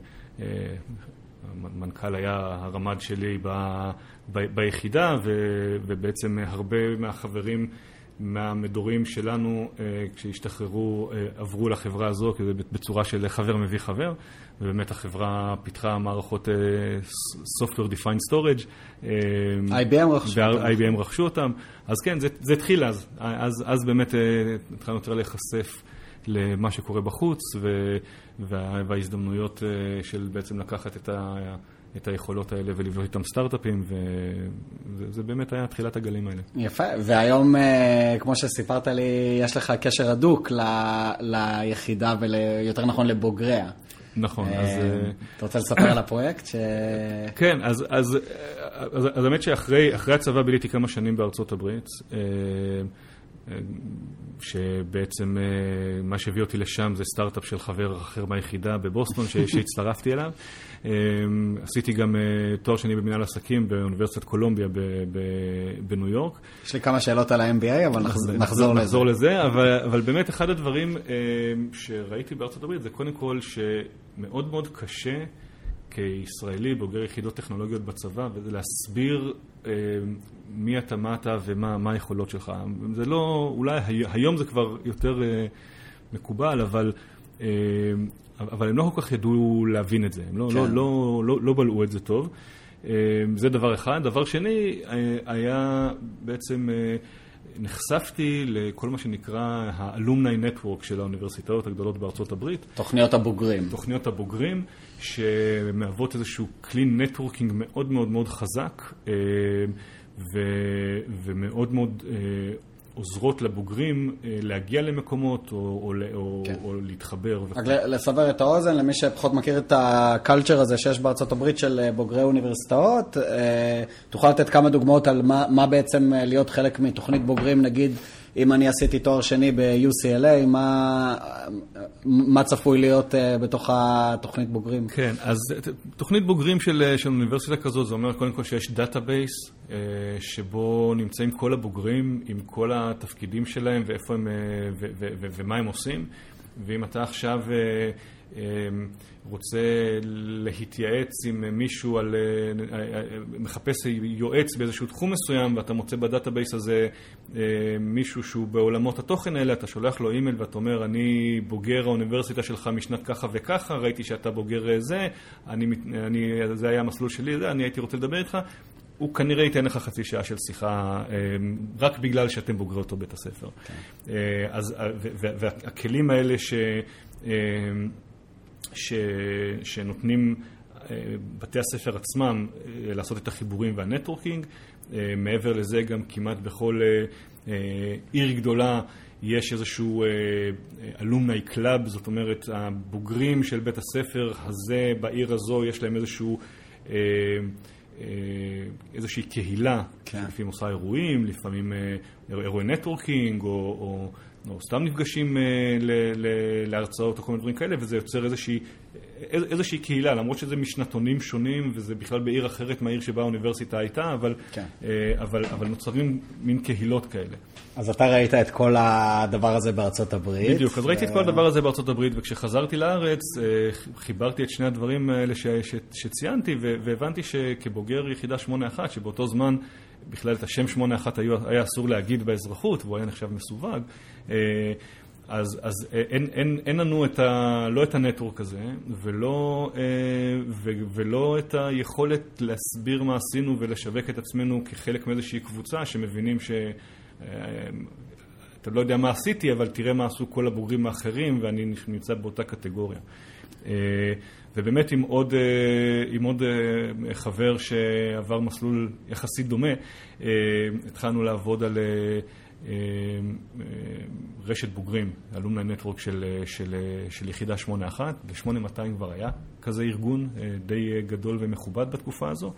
שהמנכ"ל היה הרמ"ד שלי ב, ב, ביחידה, ובעצם הרבה מהחברים מהמדורים שלנו, כשהשתחררו, עברו לחברה הזו, כי זה בצורה של חבר מביא חבר, ובאמת החברה פיתחה מערכות Software Defined Storage.
איי בי אם רכשו אותם.
ו-איי בי אם רכשו אותם. אז כן, זה, זה התחיל אז. אז, אז באמת התחלנו יותר להיחשף למה שקורה בחוץ, ו, וה, וההזדמנויות של בעצם לקחת את ה... את היכולות האלה ולבנות איתם סטארט-אפים, וזה באמת היה תחילת הגלים האלה. יפה,
והיום, כמו שסיפרת לי, יש לך קשר הדוק ל- ליחידה ויותר נכון לבוגריה.
נכון, אז...
אתה רוצה לספר על הפרויקט? ש...
כן, אז, אז, אז, אז האמת שאחרי אחרי הצבא ביליתי כמה שנים בארצות הברית, שבעצם מה שהביא אותי לשם זה סטארט-אפ של חבר אחר מהיחידה בבוסטון שהצטרפתי אליו. עשיתי גם תואר שני במנהל עסקים באוניברסיטת קולומביה בניו יורק.
יש לי כמה שאלות על ה-אם בי איי, אבל נחזור לזה.
נחזור לזה, אבל, אבל באמת אחד הדברים שראיתי בארצות הברית זה קודם כל שמאוד מאוד קשה כישראלי בוגר יחידות טכנולוגיות בצבא, וזה להסביר מי אתה, מה אתה ומה מה היכולות שלך. זה לא, אולי היום זה כבר יותר מקובל, אבל, אבל הם לא כל כך ידעו להבין את זה. הם לא, כן. לא, לא, לא, לא בלעו את זה טוב. זה דבר אחד. דבר שני, היה בעצם... נחשפתי לכל מה שנקרא האלומני נטוורק של האוניברסיטאות הגדולות בארצות הברית.
תוכניות הבוגרים.
תוכניות הבוגרים, שמהוות איזשהו כלי נטוורקינג מאוד מאוד מאוד חזק, ו, ומאוד מאוד עוזרות לבוגרים להגיע למקומות או, או, או, כן. או להתחבר.
רק לסבר את האוזן, למי שפחות מכיר את הקלצ'ר הזה שיש בארצות הברית של בוגרי אוניברסיטאות, תוכל לתת כמה דוגמאות על מה, מה בעצם להיות חלק מתוכנית בוגרים, נגיד אם אני עשיתי תואר שני ב-יו סי אל איי, מה, מה צפוי להיות בתוך התוכנית בוגרים?
כן, אז תוכנית בוגרים של, של אוניברסיטה כזאת, זה אומר קודם כל שיש דאטאבייס, שבו נמצאים כל הבוגרים עם כל התפקידים שלהם ואיפה הם, ו, ו, ו, ומה הם עושים. ואם אתה עכשיו רוצה להתייעץ עם מישהו על, מחפש יועץ באיזשהו תחום מסוים, ואתה מוצא בדאטאבייס הזה מישהו שהוא בעולמות התוכן האלה, אתה שולח לו אימייל ואתה אומר, אני בוגר האוניברסיטה שלך משנת ככה וככה, ראיתי שאתה בוגר זה, אני, אני, זה היה המסלול שלי, זה, אני הייתי רוצה לדבר איתך, הוא כנראה ייתן לך חצי שעה של שיחה, רק בגלל שאתם בוגרי אותו בית הספר. Okay. אז, והכלים האלה ש... ש... שנותנים בתי הספר עצמם לעשות את החיבורים והנטוורקינג. מעבר לזה גם כמעט בכל עיר גדולה יש איזשהו אלומני קלאב, זאת אומרת הבוגרים של בית הספר הזה בעיר הזו יש להם איזשהו איזושהי קהילה, כן. לפעמים עושה אירועים, לפעמים אירועי נטוורקינג או, או או סתם נפגשים ל, ל, להרצאות או כל מיני דברים כאלה, וזה יוצר איזושהי, איזושהי קהילה, למרות שזה משנתונים שונים, וזה בכלל בעיר אחרת מהעיר שבה האוניברסיטה הייתה, אבל, כן. אבל, אבל נוצרים מין קהילות כאלה.
אז אתה ראית את כל הדבר הזה בארצות הברית?
בדיוק, אז ו... ראיתי את כל הדבר הזה בארצות הברית, וכשחזרתי לארץ, חיברתי את שני הדברים האלה ש, ש, שציינתי, והבנתי שכבוגר יחידה שמונה אחת, שבאותו זמן בכלל את השם שמונה אחת היה, היה אסור להגיד באזרחות, והוא היה נחשב מסווג, אז, אז אין, אין, אין לנו את ה, לא את הנטוורק הזה, ולא, ו, ולא את היכולת להסביר מה עשינו ולשווק את עצמנו כחלק מאיזושהי קבוצה שמבינים ש... אתה לא יודע מה עשיתי, אבל תראה מה עשו כל הבוגרים האחרים, ואני נמצא באותה קטגוריה. ובאמת עם עוד, עם עוד חבר שעבר מסלול יחסית דומה, התחלנו לעבוד על רשת בוגרים, אלומני נטוורק של, של, של יחידה שמונה אחת, ב-שמונה מאתיים כבר היה כזה ארגון די גדול ומכובד בתקופה הזו,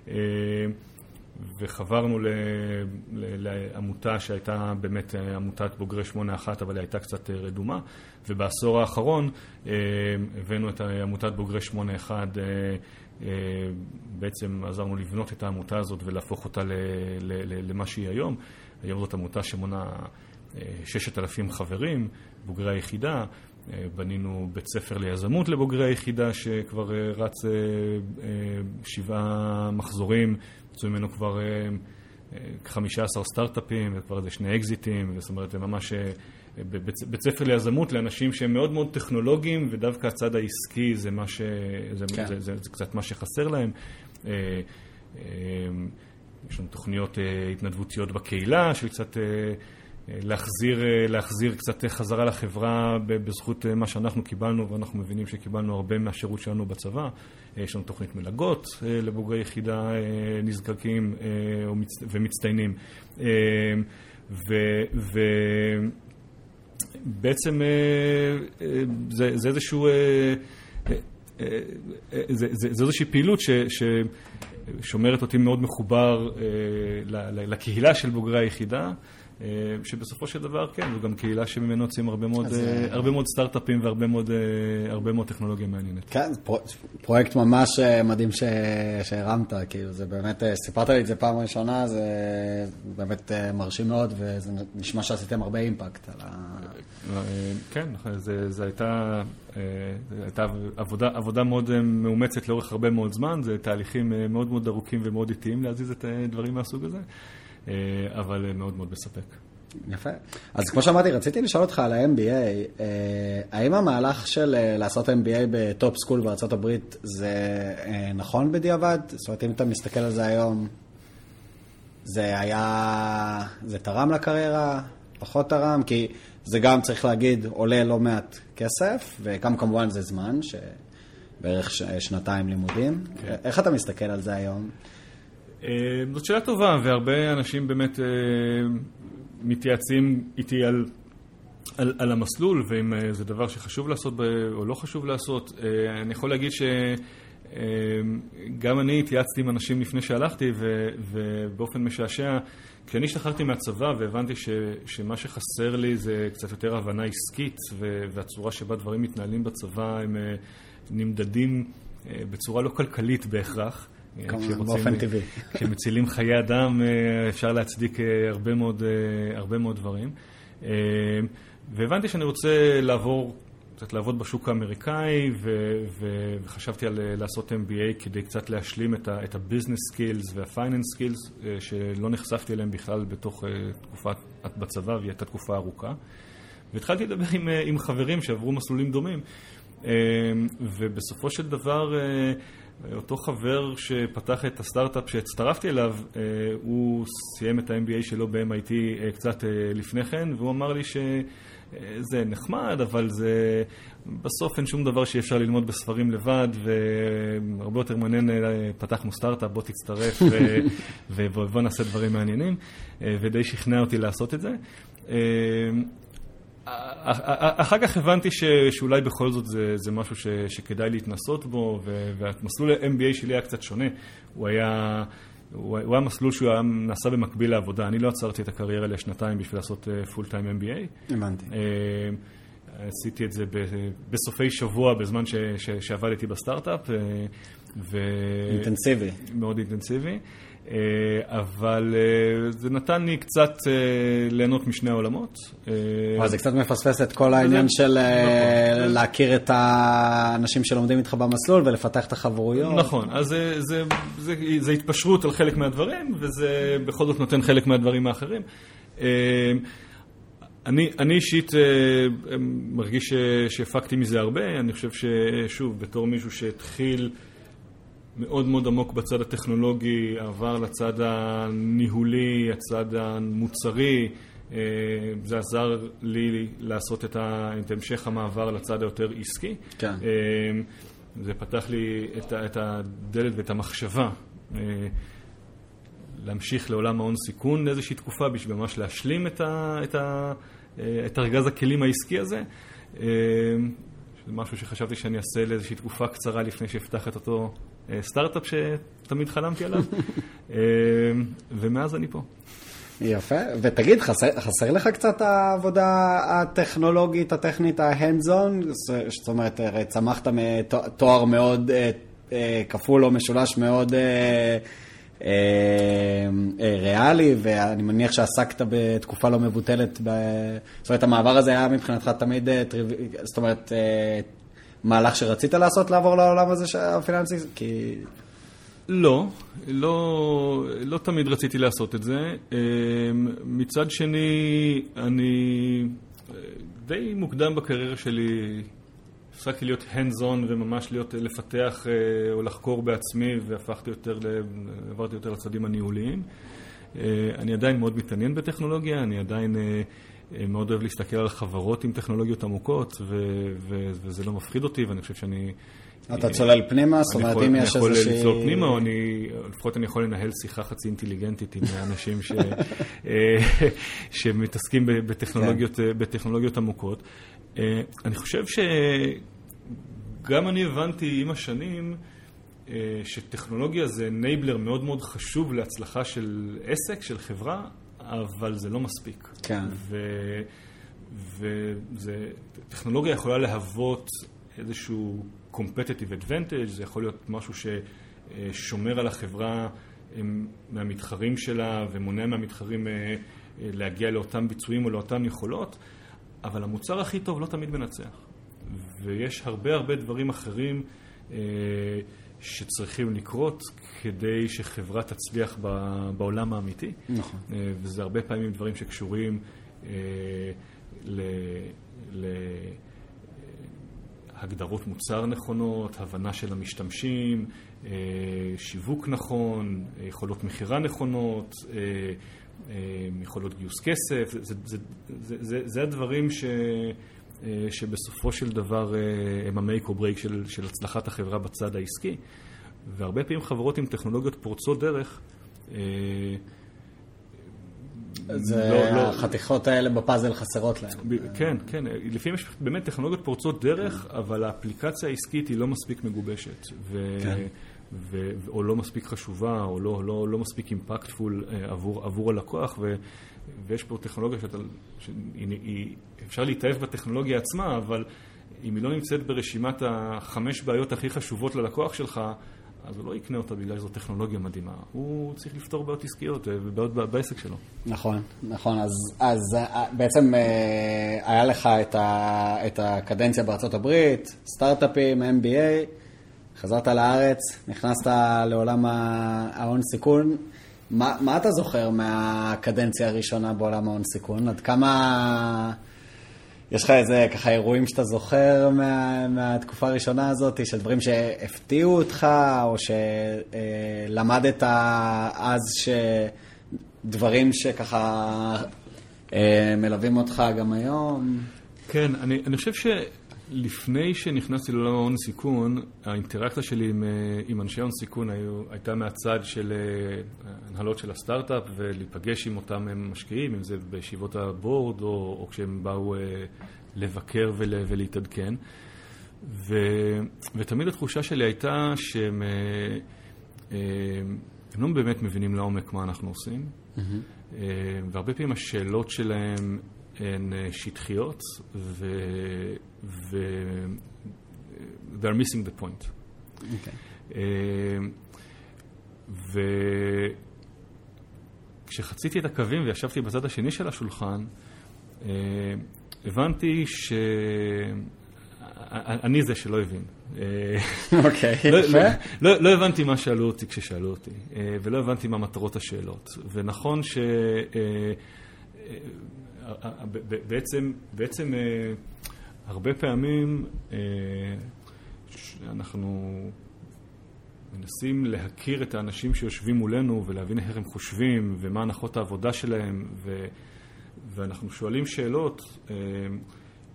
וחברנו ל, ל, לעמותה שהייתה באמת עמותת בוגרי שמונה אחת, אבל היא הייתה קצת רדומה, ובעשור האחרון הבאנו את עמותת בוגרי שמונה אחת, בעצם עזרנו לבנות את העמותה הזאת ולהפוך אותה ל, ל, ל, למה שהיא היום. היום זאת עמותה שמונה ששת אלפים חברים, בוגרי היחידה, בנינו בית ספר ליזמות לבוגרי היחידה שכבר רץ שבעה מחזורים, יצאו ממנו כבר חמישה עשר סטארט-אפים וכבר איזה שני אקזיטים, זאת אומרת זה ממש בית ספר ליזמות לאנשים שהם מאוד מאוד טכנולוגיים, ודווקא הצד העסקי זה, מה ש... זה, כן. זה, זה, זה קצת מה שחסר להם. יש לנו תוכניות התנדבותיות בקהילה, של קצת להחזיר, להחזיר קצת חזרה לחברה בזכות מה שאנחנו קיבלנו, ואנחנו מבינים שקיבלנו הרבה מהשירות שלנו בצבא. יש לנו תוכנית מלגות לבוגרי יחידה נזקקים ומצטיינים. ובעצם זה, זה איזשהו... זה, זה, זה איזושהי פעילות ש, ששומרת אותי מאוד מחובר לקהילה של בוגרי היחידה, שבסופו של דבר, כן, זו גם קהילה שממנו יוצאים הרבה מאוד, הרבה מאוד סטארט-אפים והרבה מאוד, הרבה מאוד טכנולוגיה מעניינת.
כן, פרויקט ממש מדהים שהרמת, כאילו זה באמת, סיפרת לי את זה פעם ראשונה, זה באמת מרשים מאוד, וזה נשמע שעשיתם הרבה אימפקט על ה...
כן, זה הייתה, הייתה עבודה, עבודה מאוד מאומצת לאורך הרבה מאוד זמן, זה תהליכים מאוד מאוד ארוכים ומאוד איטיים להזיז את דברים מהסוג הזה. אבל מאוד מאוד מספק.
יפה. אז כמו שאמרתי, רציתי לשאול אותך על ה-אם בי איי. האם המהלך של לעשות אם בי איי בטופ סקול בארצות הברית זה נכון בדיעבד? זאת אומרת, אם אתה מסתכל על זה היום, זה היה, זה תרם לקריירה, פחות תרם, כי זה גם צריך להגיד, עולה לא מעט כסף, וגם כמובן זה זמן, שבערך שנתיים לימודים. איך אתה מסתכל על זה היום?
זאת שאלה טובה, והרבה אנשים באמת מתייעצים איתי על, על, על המסלול, ואם זה דבר שחשוב לעשות או לא חשוב לעשות. אני יכול להגיד שגם אני התייעצתי עם אנשים לפני שהלכתי, ו, ובאופן משעשע, כשאני השתחררתי מהצבא והבנתי ש, שמה שחסר לי זה קצת יותר הבנה עסקית, והצורה שבה דברים מתנהלים בצבא הם נמדדים בצורה לא כלכלית בהכרח.
באופן טבעי.
כשמצילים חיי אדם אפשר להצדיק הרבה מאוד, הרבה מאוד דברים. והבנתי שאני רוצה לעבור, קצת לעבוד בשוק האמריקאי, וחשבתי על לעשות אם בי איי כדי קצת להשלים את ה-business skills וה-finance skills שלא נחשפתי אליהם בכלל בתוך תקופת בצבא, והיא הייתה תקופה ארוכה. והתחלתי לדבר עם, עם חברים שעברו מסלולים דומים, ובסופו של דבר אותו חבר שפתח את הסטארט-אפ שהצטרפתי אליו, הוא סיים את ה-אם בי איי שלו ב-אם איי טי קצת לפני כן, והוא אמר לי שזה נחמד, אבל זה בסוף אין שום דבר שאפשר ללמוד בספרים לבד, והרבה יותר מעניין, פתחנו סטארט-אפ, בוא תצטרף ובוא נעשה דברים מעניינים, ודי שכנע אותי לעשות את זה. אחר כך הבנתי ש, שאולי בכל זאת זה, זה משהו ש, שכדאי להתנסות בו, והמסלול ה-אם בי איי שלי היה קצת שונה. הוא היה, הוא היה מסלול שהוא היה נעשה במקביל לעבודה. אני לא עצרתי את הקריירה לשנתיים בשביל לעשות פול טיים אם בי איי.
הבנתי.
עשיתי את זה בסופי שבוע בזמן ש, ש, שעבדתי בסטארט-אפ. ו...
אינטנסיבי.
מאוד אינטנסיבי. אבל זה נתן לי קצת ליהנות משני העולמות.
זה קצת מפספס את כל העניין של להכיר את האנשים שלומדים איתך במסלול ולפתח את החברויות.
נכון, אז זה התפשרות על חלק מהדברים, וזה בכל זאת נותן חלק מהדברים האחרים. אני, אני אישית מרגיש שהפקתי מזה הרבה. אני חושב ששוב, בתור מישהו שהתחיל מאוד מאוד עמוק בצד הטכנולוגי, עבר לצד הניהולי, הצד המוצרי, זה עזר לי לעשות את המשך המעבר לצד היותר עסקי.
כן.
זה פתח לי את הדלת ואת המחשבה להמשיך לעולם ההון סיכון לאיזושהי תקופה, בשביל ממש להשלים את, ה, את, ה, את ארגז הכלים העסקי הזה. זה משהו שחשבתי שאני אעשה לאיזושהי תקופה קצרה לפני שאפתח את אותו סטארט-אפ שתמיד חלמתי עליו. ומאז אני פה.
יפה. ותגיד, חסר, חסר לך קצת העבודה הטכנולוגית, הטכנית, ה-hands-on? זאת אומרת, צמחת מתואר מאוד כפול או משולש מאוד ריאלי, ואני מניח שעסקת בתקופה לא מבוטלת. זאת אומרת, המעבר הזה היה מבחינתך תמיד, זאת אומרת, מהלך שרצית לעשות לעבור לעולם הזה הפיננסי? כי...
לא, לא, לא תמיד רציתי לעשות את זה. מצד שני, אני די מוקדם בקריירה שלי הפסקתי להיות hands-on וממש להיות לפתח או לחקור בעצמי, והפכתי יותר, עברתי יותר לצדים הניהוליים. אני עדיין מאוד מתעניין בטכנולוגיה, אני עדיין מאוד אוהב להסתכל על חברות עם טכנולוגיות עמוקות, וזה לא מפחיד אותי, ואני חושב שאני...
אתה צולל פנימה, זאת אומרת, אם יש איזושהי...
אני יכול לצלול פנימה, או לפחות אני יכול לנהל שיחה חצי אינטליגנטית עם אנשים שמתעסקים בטכנולוגיות עמוקות. אני חושב שגם אני הבנתי עם השנים שטכנולוגיה זה נייבלר מאוד מאוד חשוב להצלחה של עסק, של חברה, אבל זה לא מספיק.
כן.
וטכנולוגיה יכולה להוות איזשהו competitive advantage, זה יכול להיות משהו ששומר על החברה מהמתחרים שלה ומונע מהמתחרים להגיע לאותם ביצועים או לאותם יכולות, אבל המוצר הכי טוב לא תמיד מנצח. ויש הרבה הרבה דברים אחרים שצריכים לקרות כדי שחברה תצליח בעולם האמיתי.
נכון.
וזה הרבה פעמים דברים שקשורים ל... ל... הגדרות מוצר נכונות, הבנה של המשתמשים, שיווק נכון, יכולות מחירה נכונות, יכולות גיוס כסף. זה, זה, זה, זה, זה הדברים ש, שבסופו של דבר הם המייק או ברייק של, של הצלחת החברה בצד העסקי. והרבה פעמים חברות עם טכנולוגיות פורצות דרך,
זה לא, לא, החתיכות האלה בפאזל חסרות להם.
כן, כן. לפעמים יש באמת טכנולוגיות פורצות דרך, אבל האפליקציה העסקית היא לא מספיק מגובשת, ו... כן. ו... או לא מספיק חשובה, או לא, לא, לא מספיק אימפקטפול עבור, עבור הלקוח, ו... ויש פה טכנולוגיה שאתה... שהיא... אפשר להתאהב בטכנולוגיה עצמה, אבל אם היא לא נמצאת ברשימת החמש בעיות הכי חשובות ללקוח שלך, אז הוא לא יקנה אותה בגלל שזו טכנולוגיה מדהימה. הוא צריך לפתור בעיות עסקיות ובעיות בעסק שלו.
נכון, נכון. אז, אז בעצם היה לך את, ה, את הקדנציה בארצות הברית, סטארט-אפים, אם בי איי, חזרת לארץ, נכנסת לעולם ההון סיכון. מה, מה אתה זוכר מהקדנציה הראשונה בעולם ההון סיכון? עד כמה... יש לך איזה ככה אירועים שאתה זוכר מה, מהתקופה הראשונה הזאת, של דברים שהפתיעו אותך, או שלמדת אז שדברים שככה מלווים אותך גם היום?
כן, אני, אני חושב שלפני שנכנסתי לעולם ההון סיכון, האינטראקציה שלי עם, עם אנשי הון סיכון היו, הייתה מהצד של הנהלות של הסטארט-אפ, ולהיפגש עם אותם משקיעים, אם זה בישיבות הבורד, או, או כשהם באו לבקר ול, ולהתעדכן. ו, ותמיד התחושה שלי הייתה שהם הם לא באמת מבינים לעומק מה אנחנו עושים, mm-hmm. והרבה פעמים השאלות שלהם הן שטחיות, ו... ו... they're missing the point. Okay. וכשחציתי את הקווים וישבתי בצד השני של השולחן, הבנתי ש... אני זה שלא הבין.
אוקיי,
יפה. לא הבנתי מה שאלו אותי כששאלו אותי, ולא הבנתי מה מטרות השאלות. ונכון ש... בעצם, בעצם הרבה פעמים אנחנו מנסים להכיר את האנשים שיושבים מולנו ולהבין איך הם חושבים ומה הנחות העבודה שלהם, ו, ואנחנו שואלים שאלות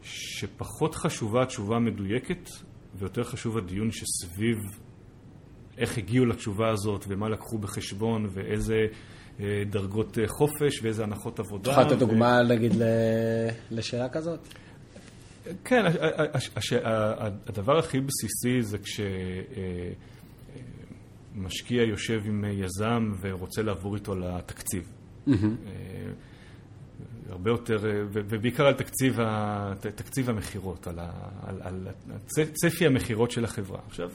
שפחות חשובה התשובה מדויקת ויותר חשוב הדיון שסביב איך הגיעו לתשובה הזאת ומה לקחו בחשבון ואיזה דרגות חופש ואיזה הנחות עבודה.
תוכל לתת דוגמה, להגיד, לשאלה כזאת?
כן, הדבר הכי בסיסי זה כשמשקיע יושב עם יזם ורוצה לעבור איתו לתקציב. הרבה יותר, ובעיקר על תקציב, תקציב המחירות, על, על, על צפי המחירות של החברה. עכשיו,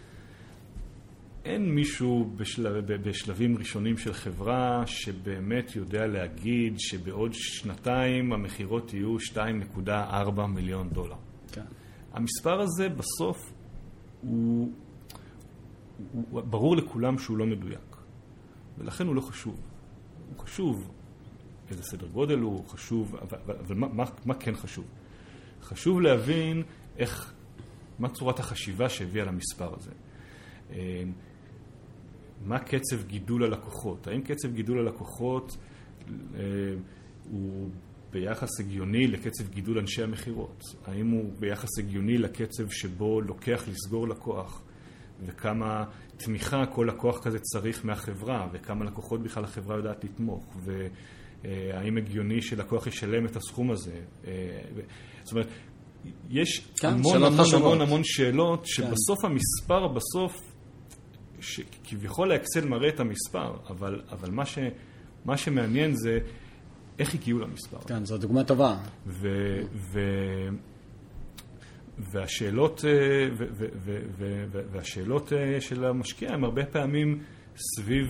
אין מישהו בשלב, בשלבים ראשונים של חברה שבאמת יודע להגיד שבעוד שנתיים המחירות יהיו שתיים נקודה ארבע מיליון דולר. כן. המספר הזה בסוף הוא, הוא ברור לכולם שהוא לא מדויק, ולכן הוא לא חשוב. הוא חשוב איזה סדר גודל הוא חשוב, אבל, אבל מה, מה, מה כן חשוב? חשוב להבין איך, מה צורת החשיבה שהביאה למספר הזה. מה קצב גידול הלקוחות? האם קצב גידול הלקוחות הוא ביחס הגיוני לקצב גידול אנשי המחירות? האם הוא ביחס הגיוני לקצב שבו לוקח לסגור לקוח? וכמה תמיכה כל לקוח כזה צריך מהחברה? וכמה לקוחות בכלל החברה יודעת לתמוך? והאם הגיוני שלקוח ישלם את הסכום הזה? זאת אומרת, יש כן, המון המון המון המון שאלות שבסוף כן. המספר בסוף שכביכול האקסל מראה את המספר, אבל, אבל מה, ש, מה שמעניין זה איך הגיעו למספר.
כן, זו דוגמה טובה.
ו, ו, והשאלות, ו, ו, ו, ו, והשאלות של המשקיע הם הרבה פעמים סביב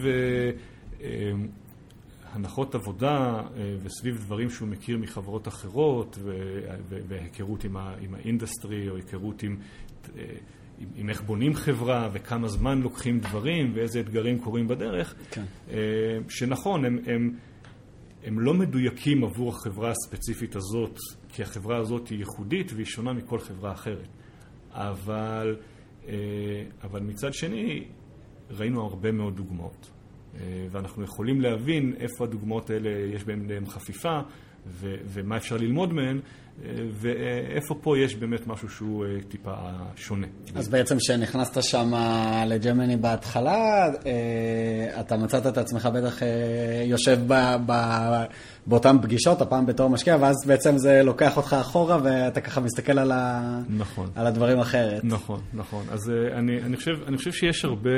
הנחות עבודה וסביב דברים שהוא מכיר מחברות אחרות, והיכרות עם, עם האינדסטרי או היכרות עם... עם איך בונים חברה וכמה זמן לוקחים דברים ואיזה אתגרים קורים בדרך, כן. שנכון, הם, הם, הם לא מדויקים עבור החברה הספציפית הזאת, כי החברה הזאת היא ייחודית והיא שונה מכל חברה אחרת. אבל, אבל מצד שני, ראינו הרבה מאוד דוגמאות. ואנחנו יכולים להבין איפה הדוגמאות האלה יש בהן חפיפה, ו- ומה אפשר ללמוד מהן, ואיפה פה יש באמת משהו שהוא טיפה שונה.
אז בעצם כשנכנסת שם לג'מיני בהתחלה, אתה מצאת את עצמך בטח יושב ב- ב- באותן פגישות, הפעם בתור משקיע, ואז בעצם זה לוקח אותך אחורה, ואתה ככה מסתכל על, ה-
נכון.
על הדברים אחרת.
נכון, נכון. אז אני, אני חושב, אני חושב שיש הרבה...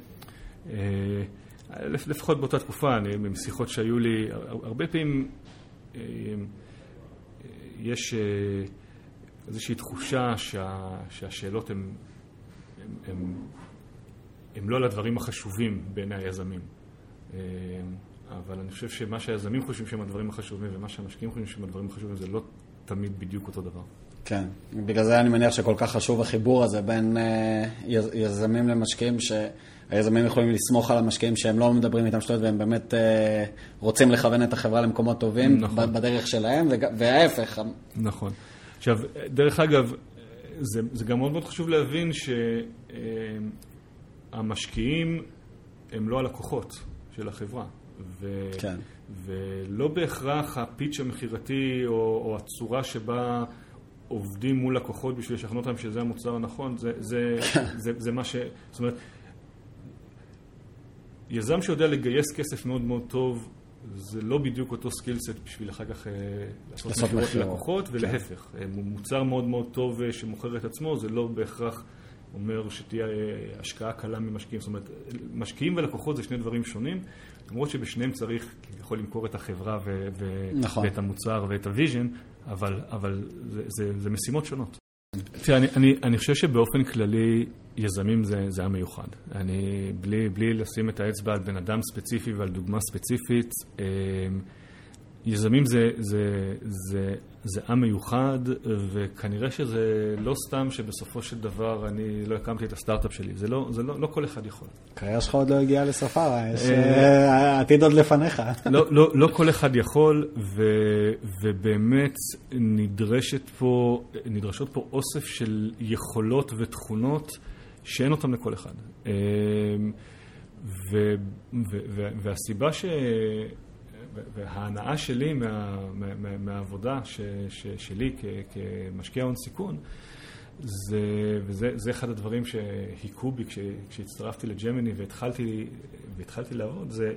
לפחות באותה תקופה, אני, משיחות שהיו לי, הרבה פעמים יש איזושהי תחושה שה, שהשאלות הן, הן, הן, הן לא לדברים החשובים בעיני היזמים. אבל אני חושב שמה שהיזמים חושבים שהם הדברים החשובים ומה שהמשקיעים חושבים שהם הדברים החשובים זה לא תמיד בדיוק אותו דבר.
כן, בגלל זה אני מניח שכל כך חשוב החיבור הזה בין יזמים למשקיעים, שהיזמים יכולים לסמוך על המשקיעים שהם לא מדברים איתם שטויות והם באמת רוצים לכוון את החברה למקומות טובים, נכון. בדרך שלהם, וההפך.
נכון. עכשיו, דרך אגב, זה, זה גם מאוד מאוד חשוב להבין שהמשקיעים הם לא הלקוחות של החברה. ו, כן. ולא בהכרח הפיץ' המחירתי או, או הצורה שבה עובדים מול לקוחות בשביל לשכנע אותם שזה המוצר הנכון, זה, זה, זה, זה מה ש... זאת אומרת, יזם שיודע לגייס כסף מאוד מאוד טוב, זה לא בדיוק אותו סקילסט בשביל אחר כך לעשות מכירות ללקוחות, ולהפך. מוצר מאוד מאוד טוב שמוכר את עצמו, זה לא בהכרח אומר שתהיה השקעה קלה ממשקיעים. זאת אומרת, משקיעים ולקוחות זה שני דברים שונים, למרות שבשניהם צריך יכול למכור את החברה ו- ו- נכון. ואת המוצר ואת הוויז'ן, אבל, אבל זה, זה, זה משימות שונות. תראה, אני, אני, אני חושב שבאופן כללי יזמים זה, זה המיוחד. אני, בלי, בלי לשים את האצבע על בן אדם ספציפי ועל דוגמה ספציפית, יזמים זה, זה, זה, זה עם מיוחד, וכנראה שזה לא סתם שבסופו של דבר אני לא הקמתי את הסטארט-אפ שלי. זה לא, זה לא, לא כל אחד יכול.
הקריירה שלך עוד לא הגיעה לסופה, יש עתיד עוד לפניך.
לא, לא, לא כל אחד יכול, ו, ובאמת נדרשת פה, נדרשות פה אוסף של יכולות ותכונות שאין אותם לכל אחד. ו, ו, ו, והסיבה ש... וההנאה שלי מה, מה, מה, מהעבודה ש, ש, שלי כ, כמשקיע הון סיכון, זה, וזה, זה אחד הדברים שהיכו בי כש, כשהצטרפתי לג'מיני והתחלתי, והתחלתי לעבוד, זה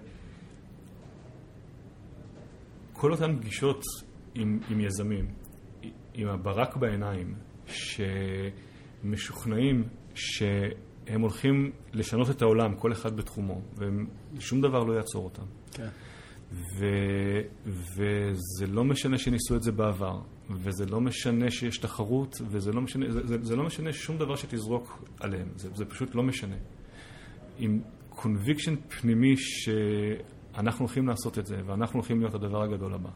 כל אותן פגישות עם, עם יזמים, עם הברק בעיניים, שמשוכנעים שהם הולכים לשנות את העולם, כל אחד בתחומו, ושום דבר לא יעצור אותם. כן. ו, וזה לא משנה שניסו את זה בעבר, וזה לא משנה שיש תחרות, וזה לא משנה, זה, זה, זה לא משנה שום דבר שתזרוק עליהם, זה, זה פשוט לא משנה. עם קונביקשן פנימי שאנחנו הולכים לעשות את זה, ואנחנו הולכים להיות הדבר הגדול הבא.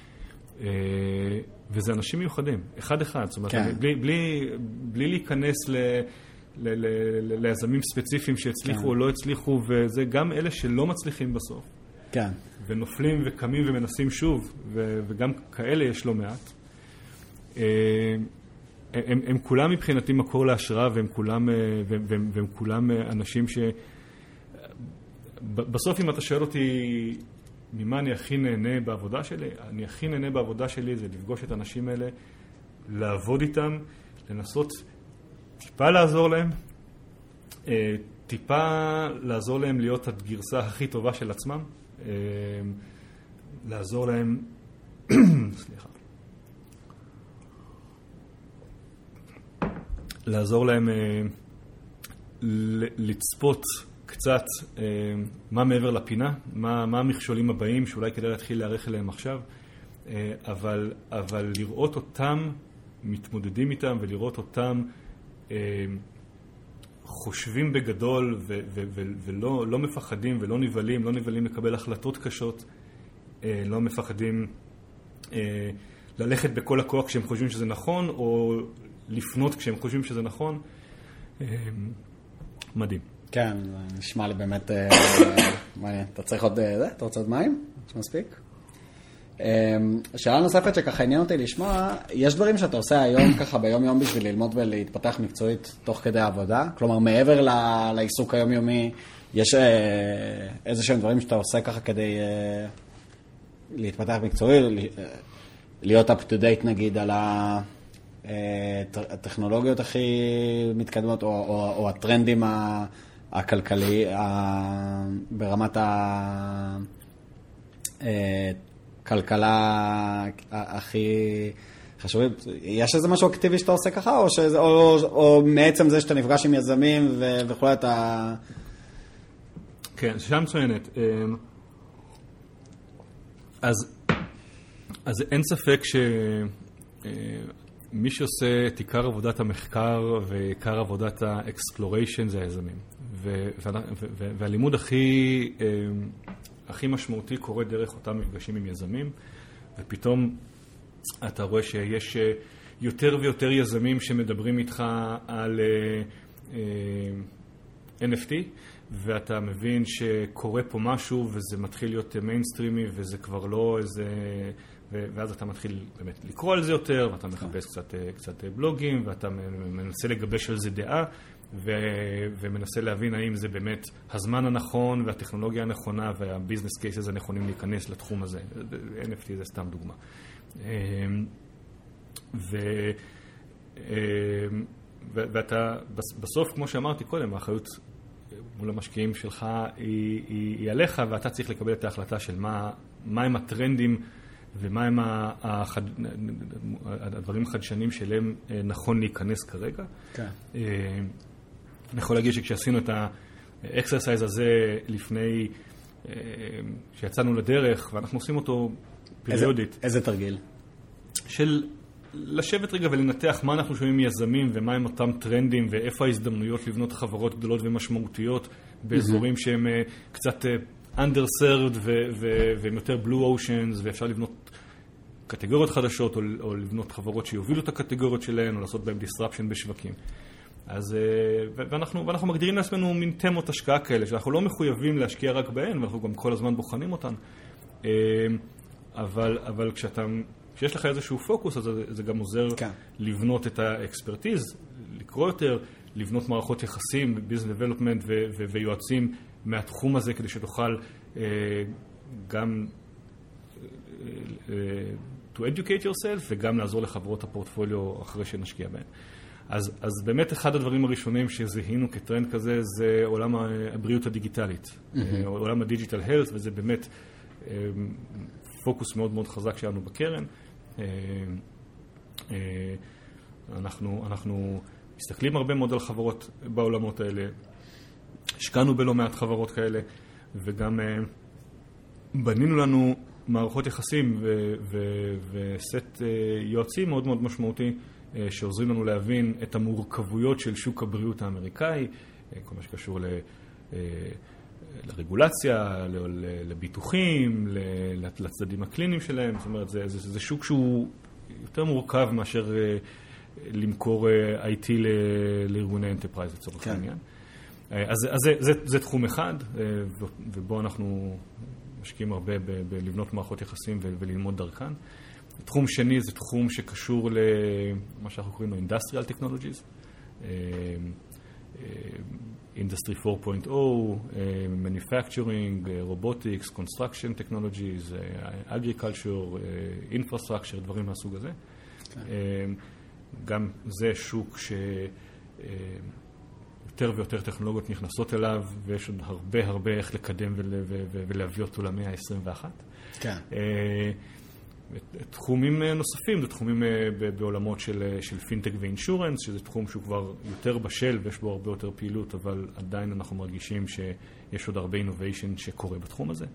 וזה אנשים מיוחדים, אחד אחד, זאת אומרת, כן. בלי, בלי, בלי להיכנס ל... ליזמים ספציפיים שהצליחו כן. או לא הצליחו, וזה גם אלה שלא מצליחים בסוף. כן. ונופלים וקמים ומנסים שוב, ו- וגם כאלה יש לא מעט. הם, הם, הם כולם מבחינתי מקור להשראה, והם כולם, והם, והם כולם אנשים ש... בסוף אם אתה שואל אותי ממה אני הכי נהנה בעבודה שלי, אני הכי נהנה בעבודה שלי זה לפגוש את האנשים האלה, לעבוד איתם, לנסות טיפה לעזור להם, טיפה לעזור להם להיות הגרסה הכי טובה של עצמם, לעזור להם, סליחה, לעזור להם לצפות קצת מה מעבר לפינה, מה, מה המכשולים הבאים שאולי כדאי להתחיל להערך אליהם עכשיו, אבל, אבל לראות אותם מתמודדים איתם ולראות אותם חושבים בגדול ו- ו- ו- ולא לא מפחדים ולא נבלים, לא נבלים לקבל החלטות קשות, לא מפחדים ללכת בכל הכוח כשהם חושבים שזה נכון, או לפנות כשהם חושבים שזה נכון. מדהים.
כן, זה נשמע לי באמת מעניין. אתה צריך עוד זה? אתה רוצה עוד מים? יש מספיק? שאלה נוספת שככה עניין אותי לשמוע, יש דברים שאתה עושה היום ככה ביום יום בשביל ללמוד ולהתפתח מקצועית תוך כדי עבודה? כלומר, מעבר לעיסוק היומיומי, יש איזה שהם דברים שאתה עושה ככה כדי להתפתח מקצועי, להיות up to date נגיד על הטכנולוגיות הכי מתקדמות, או, או, או הטרנדים הכלכלי ברמת ה... כלכלה הכי חשובים. יש איזה משהו אקטיבי שאתה עושה ככה, או, שזה, או, או מעצם זה שאתה נפגש עם יזמים ו, וכולי אתה...
כן, שאלה מצוינת. אז, אז אין ספק שמי שעושה את עיקר עבודת המחקר ועיקר עבודת האקספלוריישן זה היזמים. ו, ו, ו, והלימוד הכי... הכי משמעותי קורה דרך אותם מפגשים עם יזמים, ופתאום אתה רואה שיש יותר ויותר יזמים שמדברים איתך על אן אף טי, ואתה מבין שקורה פה משהו וזה מתחיל להיות מיינסטרימי וזה כבר לא איזה... ואז אתה מתחיל באמת לקרוא על זה יותר, ואתה מחפש קצת, קצת בלוגים, ואתה מנסה לגבש על זה דעה, ו... ומנסה להבין האם זה באמת הזמן הנכון והטכנולוגיה הנכונה והביזנס קייסס הנכונים להיכנס לתחום הזה. אן אף טי זה סתם דוגמה. ו... ואתה בסוף, כמו שאמרתי קודם, האחריות מול המשקיעים שלך היא, היא, היא עליך, ואתה צריך לקבל את ההחלטה של מה, מה הם הטרנדים ומה הם החד... הדברים החדשנים שלהם נכון להיכנס כרגע. כן. אני יכול להגיד שכשעשינו את האקסרסייז הזה לפני שיצאנו לדרך, ואנחנו עושים אותו פריודית.
איזה, איזה תרגיל?
של לשבת רגע ולנתח מה אנחנו שומעים מיזמים ומה הם אותם טרנדים ואיפה ההזדמנויות לבנות חברות גדולות ומשמעותיות באזורים mm-hmm. שהם קצת underserved והם יותר blue oceans, ואפשר לבנות קטגוריות חדשות או, או לבנות חברות שיובילו את הקטגוריות שלהן או לעשות בהן disruption בשווקים. אז, ואנחנו, ואנחנו מגדירים לעצמנו מין תמות השקעה כאלה, שאנחנו לא מחויבים להשקיע רק בהן, ואנחנו גם כל הזמן בוחנים אותן. אבל, אבל כשאתה, כשיש לך איזשהו פוקוס, אז זה, זה גם עוזר כן. לבנות את האקספרטיז, לקרוא יותר, לבנות מערכות יחסים, business development ו- ו- ויועצים מהתחום הזה, כדי שתוכל גם to educate yourself, וגם לעזור לחברות הפורטפוליו אחרי שנשקיע בהן. אז, אז באמת אחד הדברים הראשונים שזיהינו כטרנד כזה זה עולם הבריאות הדיגיטלית, mm-hmm. עולם הדיגיטל הלת, וזה באמת פוקוס מאוד מאוד חזק שלנו בקרן. אנחנו, אנחנו מסתכלים הרבה מאוד על חברות בעולמות האלה, השקענו בלא מעט חברות כאלה, וגם בנינו לנו מערכות יחסים ו- ו- וסט יועצים מאוד מאוד משמעותי שעוזרים לנו להבין את המורכבויות של שוק הבריאות האמריקאי, כל מה שקשור ל- לרגולציה, לביטוחים, לצדדים הקליניים שלהם. זאת אומרת, זה, זה, זה שוק שהוא יותר מורכב מאשר למכור איי טי לארגוני אנטרפרייז לצורך כן. העניין. אז, אז זה, זה, זה תחום אחד, ובו אנחנו משקיעים הרבה בלבנות מערכות יחסים וללמוד דרכן. תחום שני זה תחום שקשור למה שאנחנו קוראים לו Industrial Technologies, Industry four point oh, Manufacturing, Robotics, Construction Technologies, Agriculture, Infrastructure, דברים מהסוג הזה. גם זה שוק ש... יותר ויותר טכנולוגיות נכנסות אליו, ויש עוד הרבה הרבה איך לקדם ולהביא אותו למאה ה-עשרים ואחת.
כן.
תחומים נוספים, זה תחומים בעולמות של, של פינטק ואינשורנס, שזה תחום שהוא כבר יותר בשל ויש בו הרבה יותר פעילות, אבל עדיין אנחנו מרגישים שיש עוד הרבה innovation שקורה בתחום הזה.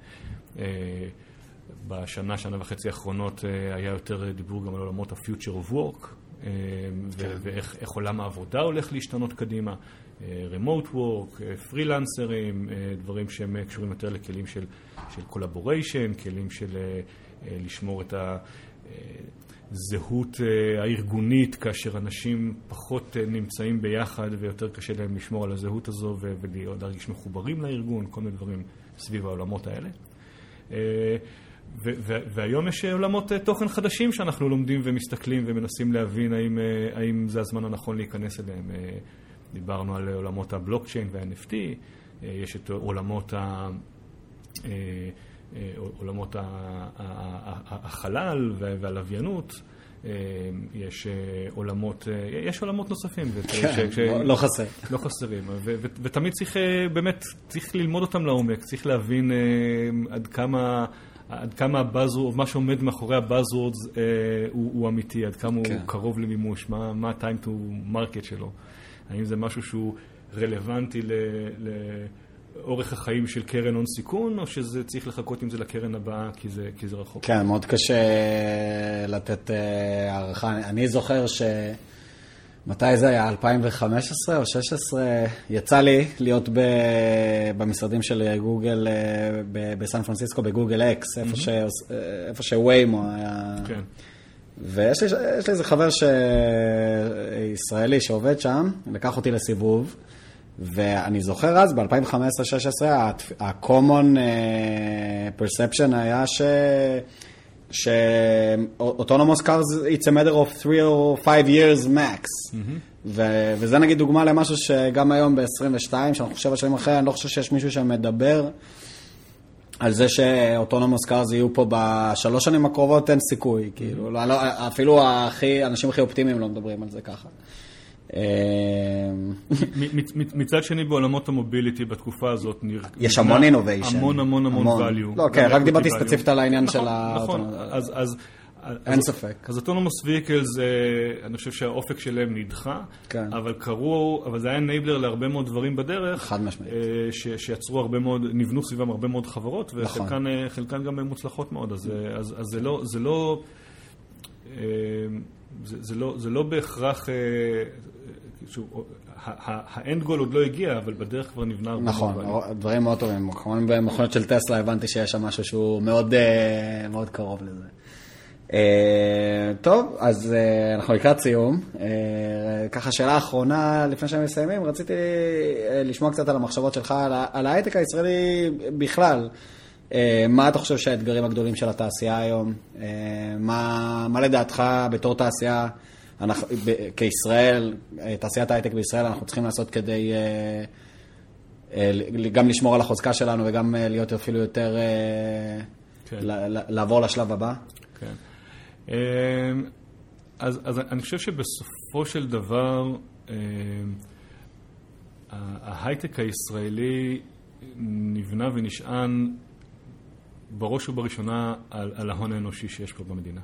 בשנה, שנה וחצי האחרונות היה יותר דיבור גם על עולמות ה-future of work, ואיך איך עולם העבודה הולך להשתנות קדימה, remote work, פרילנסרים, דברים שהם קשורים יותר לכלים של, של collaboration, כלים של לשמור את הזהות הארגונית, כאשר אנשים פחות נמצאים ביחד ויותר קשה להם לשמור על הזהות הזו ולהרגיש מחוברים לארגון, כל מיני דברים סביב העולמות האלה. והיום יש עולמות תוכן חדשים שאנחנו לומדים ומסתכלים ומנסים להבין האם, האם זה הזמן הנכון להיכנס אליהם. דיברנו על עולמות הבלוקצ'יין וה-אן אף טי, יש את עולמות ה... עולמות החלל והלוויינות, יש עולמות, יש עולמות נוספים.
לא חסר.
לא חסרים. ותמיד צריך, באמת, צריך ללמוד אותם לעומק, צריך להבין עד כמה, עד כמה הבאזוורד, מה שעומד מאחורי הבאזוורדס הוא אמיתי, עד כמה הוא קרוב למימוש, מה ה-time to market שלו. האם זה משהו שהוא רלוונטי ל... אורך החיים של קרן הון סיכון, או שזה צריך לחכות עם זה לקרן הבאה, כי זה, כי זה רחוק?
כן, מאוד קשה לתת הערכה. אני זוכר ש... מתי זה היה? אלפיים וחמש עשרה או שש עשרה? יצא לי להיות ב... במשרדים של גוגל בסן פרנסיסקו, בגוגל אקס, איפה, ש... איפה שוויימו היה... כן. ויש לי, יש לי איזה חבר ש... ישראלי שעובד שם, לקח אותי לסיבוב, ואני זוכר אז, ב-אלפיים וחמש עשרה שש עשרה, ה-common perception היה ש... ש... autonomous cars, it's a matter of three or five years max. Mm-hmm. ו... וזה נגיד דוגמה למשהו שגם היום ב-עשרים ושתיים, שאנחנו חושב השנים אחרי, אני לא חושב שיש מישהו שמדבר על זה ש-autonomous cars יהיו פה בשלוש שנים הקרובות, אין סיכוי. Mm-hmm. כאילו, לא, לא, אפילו הכי, אנשים הכי אופטימיים לא מדברים על זה ככה.
מצד שני בעולמות המוביליטי בתקופה הזאת
יש המון אינוביישן,
המון המון המון value.
לא, כן, רק דיברתי ספציפית על העניין של ה...
נכון, אז
אין ספק.
אז autonomous vehicles, אני חושב שהאופק שלהם נדחה, אבל קרו, אבל זה היה enabler להרבה מאוד דברים בדרך,
חד משמעית,
שיצרו הרבה מאוד, נבנו סביבם הרבה מאוד חברות, וחלקן גם מוצלחות מאוד, אז זה לא, זה לא, זה לא, זה לא בהכרח, האנד גול עוד לא הגיע, אבל בדרך כבר נבנה הרבה מאוד דברים.
נכון, דברים מאוד טובים. כמובן במכונות של טסלה הבנתי שיש שם משהו שהוא מאוד, מאוד קרוב לזה. טוב, אז אנחנו לקראת סיום. ככה שאלה האחרונה, לפני שהם מסיימים, רציתי לשמוע קצת על המחשבות שלך, על ההייטק הישראלי בכלל. מה אתה חושב שהאתגרים הגדולים של התעשייה היום? מה, מה לדעתך בתור תעשייה, אנחנו, כישראל, תעשיית ההייטק בישראל, אנחנו צריכים לעשות כדי גם לשמור על החוזקה שלנו וגם להיות אפילו יותר, כן. לעבור לשלב הבא?
כן. אז, אז אני חושב שבסופו בסופו של דבר, ההייטק הישראלי נבנה ונשען בראש ובראשונה על, על ההון האנושי שיש פה במדינה.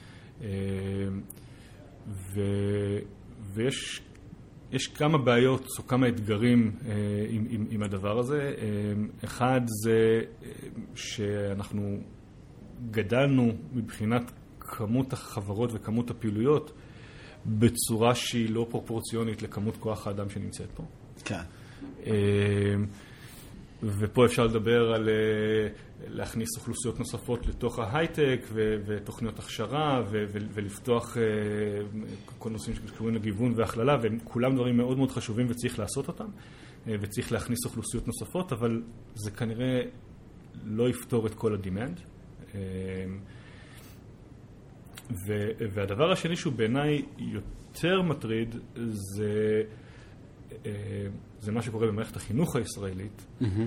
ו, ויש יש כמה בעיות או כמה אתגרים עם, עם, עם הדבר הזה. אחד זה שאנחנו גדלנו מבחינת כמות החברות וכמות הפעילויות בצורה שהיא לא פרופורציונית לכמות כוח האדם שנמצאת פה.
כן.
ופה אפשר לדבר על להכניס אוכלוסיות נוספות לתוך ההייטק ותוכניות הכשרה ולפתוח כל נושאים שקשורים לגיוון והכללה, והם כולם דברים מאוד מאוד חשובים וצריך לעשות אותם, וצריך להכניס אוכלוסיות נוספות, אבל זה כנראה לא יפתור את כל הדימנד. והדבר השני שהוא בעיניי יותר מטריד זה זה מה שקורה במערכת החינוך הישראלית,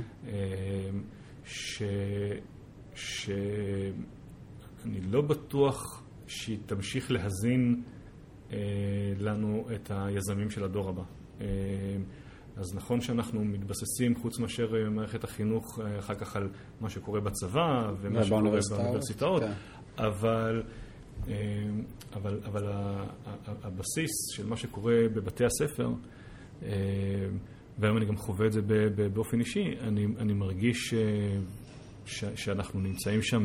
ש שאני לא בטוח שהיא תמשיך להזין לנו את היזמים של הדור הבא. אז נכון שאנחנו מתבססים חוץ מאשר מערכת החינוך אחר כך על מה שקורה בצבא ומה שקורה באוניברסיטאות, אבל אבל אבל הבסיס של מה שקורה בבתי הספר, והיום אני גם חווה את זה באופן אישי, אני, אני מרגיש ש, שאנחנו נמצאים שם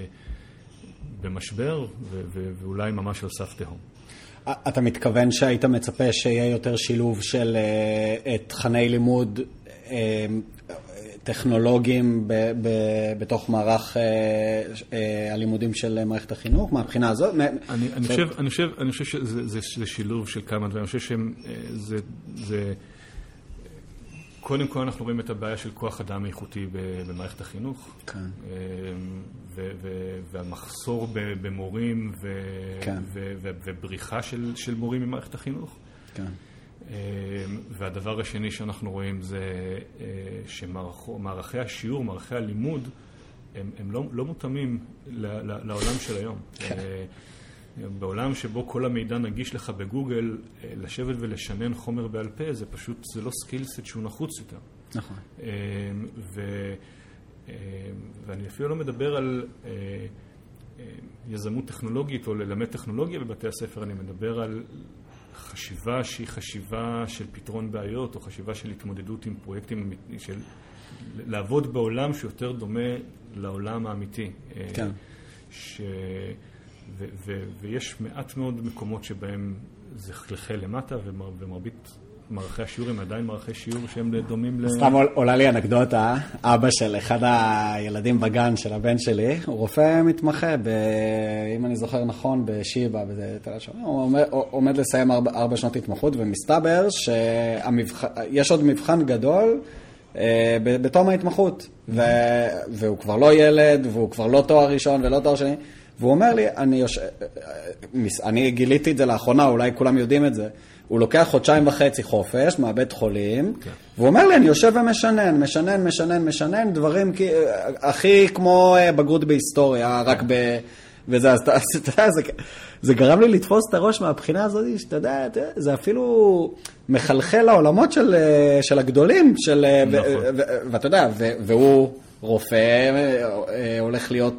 במשבר ו, ו, ואולי ממש על סף תהום.
אתה מתכוון שהיית מצפה שיהיה יותר שילוב של תכני לימוד טכנולוגיים ב, ב, בתוך מערך הלימודים של מערכת החינוך? מהבחינה הזאת?
אני, אני, חושב, אני, חושב, אני חושב שזה זה, זה שילוב של כמה דברים. אני חושב שזה... זה, קודם כל אנחנו רואים את הבעיה של כוח אדם איכותי במערכת החינוך, כן. ו- ו- והמחסור במורים ו- כן. ו- ו- ובריחה של, של מורים ממערכת החינוך. כן. והדבר השני שאנחנו רואים זה שמערכי השיעור, מערכי הלימוד, הם, הם לא, לא מותאמים לעולם של היום. כן. בעולם שבו כל המידע נגיש לך בגוגל, לשבת ולשנן חומר בעל פה, זה פשוט, זה לא סקילסט שהוא נחוץ יותר. נכון. ו, ואני אפילו לא מדבר על יזמות טכנולוגית או ללמד טכנולוגיה בבתי הספר, אני מדבר על חשיבה שהיא חשיבה של פתרון בעיות, או חשיבה של התמודדות עם פרויקטים, של לעבוד בעולם שיותר דומה לעולם האמיתי. כן. ש... ו- ו- ויש מעט מאוד מקומות שבהם זה חלחל למטה, ומרבית מערכי השיעור הם עדיין מערכי שיעור שהם דומים ל...
סתם עולה לי אנקדוטה, אבא של אחד הילדים בגן של הבן שלי, הוא רופא מתמחה, ב... אם אני זוכר נכון, בשיבא, הוא עומד, עומד לסיים ארבע, ארבע שנות התמחות, ומסתבר שיש עוד מבחן גדול בתום ההתמחות, ו... והוא כבר לא ילד, והוא כבר לא תואר ראשון ולא תואר שני, והוא אומר לי, אני, יוש... אני גיליתי את זה לאחרונה, אולי כולם יודעים את זה, הוא לוקח חודשיים וחצי חופש מהבית חולים, okay. והוא אומר לי, אני יושב ומשנן, משנן, משנן, משנן, דברים כי... הכי כמו בגרות בהיסטוריה, רק ב... וזה, אז אתה יודע, זה, זה גרם לי לתפוס את הראש מהבחינה הזאת, שאתה יודע, זה אפילו מחלחל לעולמות של, של הגדולים, של... נכון. ו... ו... ואתה יודע, ו... והוא רופא, הולך להיות...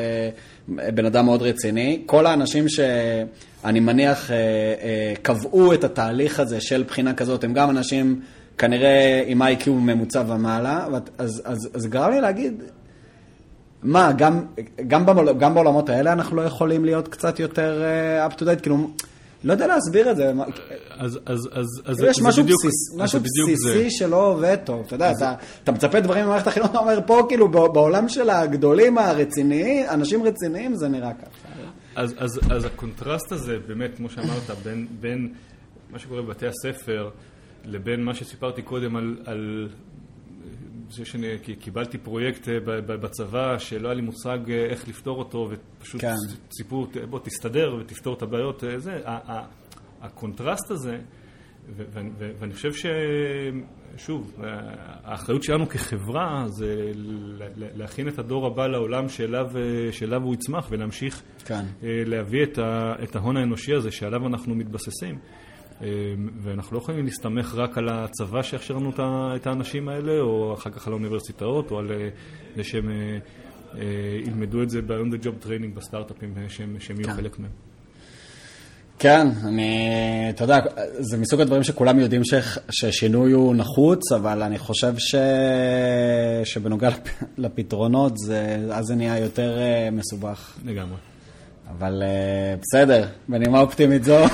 בן אדם מאוד רציני. כל האנשים שאני מניח קבעו את התהליך הזה של בחינה כזאת, הם גם אנשים כנראה עם איי קיו ממוצע ומעלה, אז, אז, אז גרם לי להגיד, מה, גם, גם, גם בעולמות האלה אנחנו לא יכולים להיות קצת יותר up to date, כאילו, לא יודע להסביר את זה.
אז, אז, אז, אז
יש משהו בסיסי שלא עובד טוב. אתה יודע, אתה מצפה דברים במערכת החינוך, אתה אומר פה, כאילו, בעולם של הגדולים הרציניים, אנשים רציניים, זה נראה ככה.
אז, אז, אז הקונטרסט הזה, באמת, כמו שאמרת, בין, בין מה שקורה בבתי הספר, לבין מה שסיפרתי קודם על, על זה שאני קיבלתי פרויקט בצבא שלא היה לי מושג איך לפתור אותו, ופשוט כן. סיפור, בוא תסתדר ותפתור את הבעיות, זה, הקונטרסט הזה, ואני חושב ששוב, האחריות שלנו כחברה זה להכין את הדור הבא לעולם שאליו, שאליו הוא יצמח, ולהמשיך כן. להביא את ההון האנושי הזה שעליו אנחנו מתבססים. ואנחנו לא יכולים להסתמך רק על הצבא שהכשיר לנו את האנשים האלה, או אחר כך על האוניברסיטאות, או על זה שהם ילמדו את זה ב-on the job training בסטארט-אפים שהם יהיו חלק מהם.
כן, אני, אתה יודע, זה מסוג הדברים שכולם יודעים ששינוי הוא נחוץ, אבל אני חושב ש... שבנוגע לפתרונות, זה... אז זה נהיה יותר מסובך.
לגמרי.
אבל בסדר, בנימה אופטימית זו.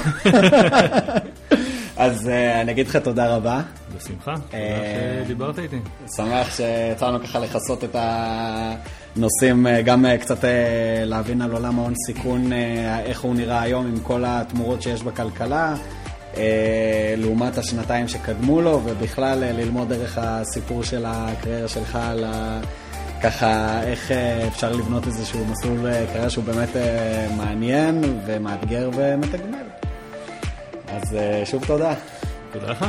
אז אני אגיד לך תודה רבה.
בשמחה, תודה שדיברת איתי.
שמח שיצאנו ככה לחסות את הנושאים, גם קצת להבין על עולם ההון סיכון, איך הוא נראה היום עם כל התמורות שיש בכלכלה, לעומת השנתיים שקדמו לו, ובכלל ללמוד דרך הסיפור של הקריירה שלך על ככה איך אפשר לבנות איזשהו מסלול קריירה שהוא באמת מעניין ומאתגר ומתגמל. אז שוב תודה.
תודה לך.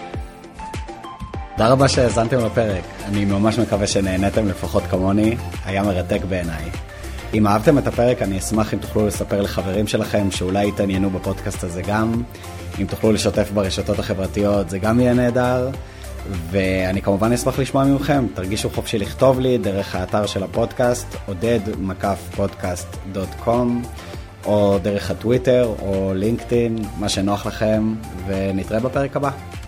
תודה רבה שהזנתם לפרק. אני ממש מקווה שנהנתם לפחות כמוני. היה מרתק בעיניי. אם אהבתם את הפרק, אני אשמח אם תוכלו לספר לחברים שלכם שאולי יתעניינו בפודקאסט הזה גם. אם תוכלו לשתף ברשתות החברתיות, זה גם יהיה נהדר. ואני כמובן אשמח לשמוע ממכם. תרגישו חופשי לכתוב לי דרך האתר של הפודקאסט, עודד מקף פודקאסט דוט קום, או דרך הטוויטר או לינקדאין, מה שנוח לכם, ונתראה בפרק הבא.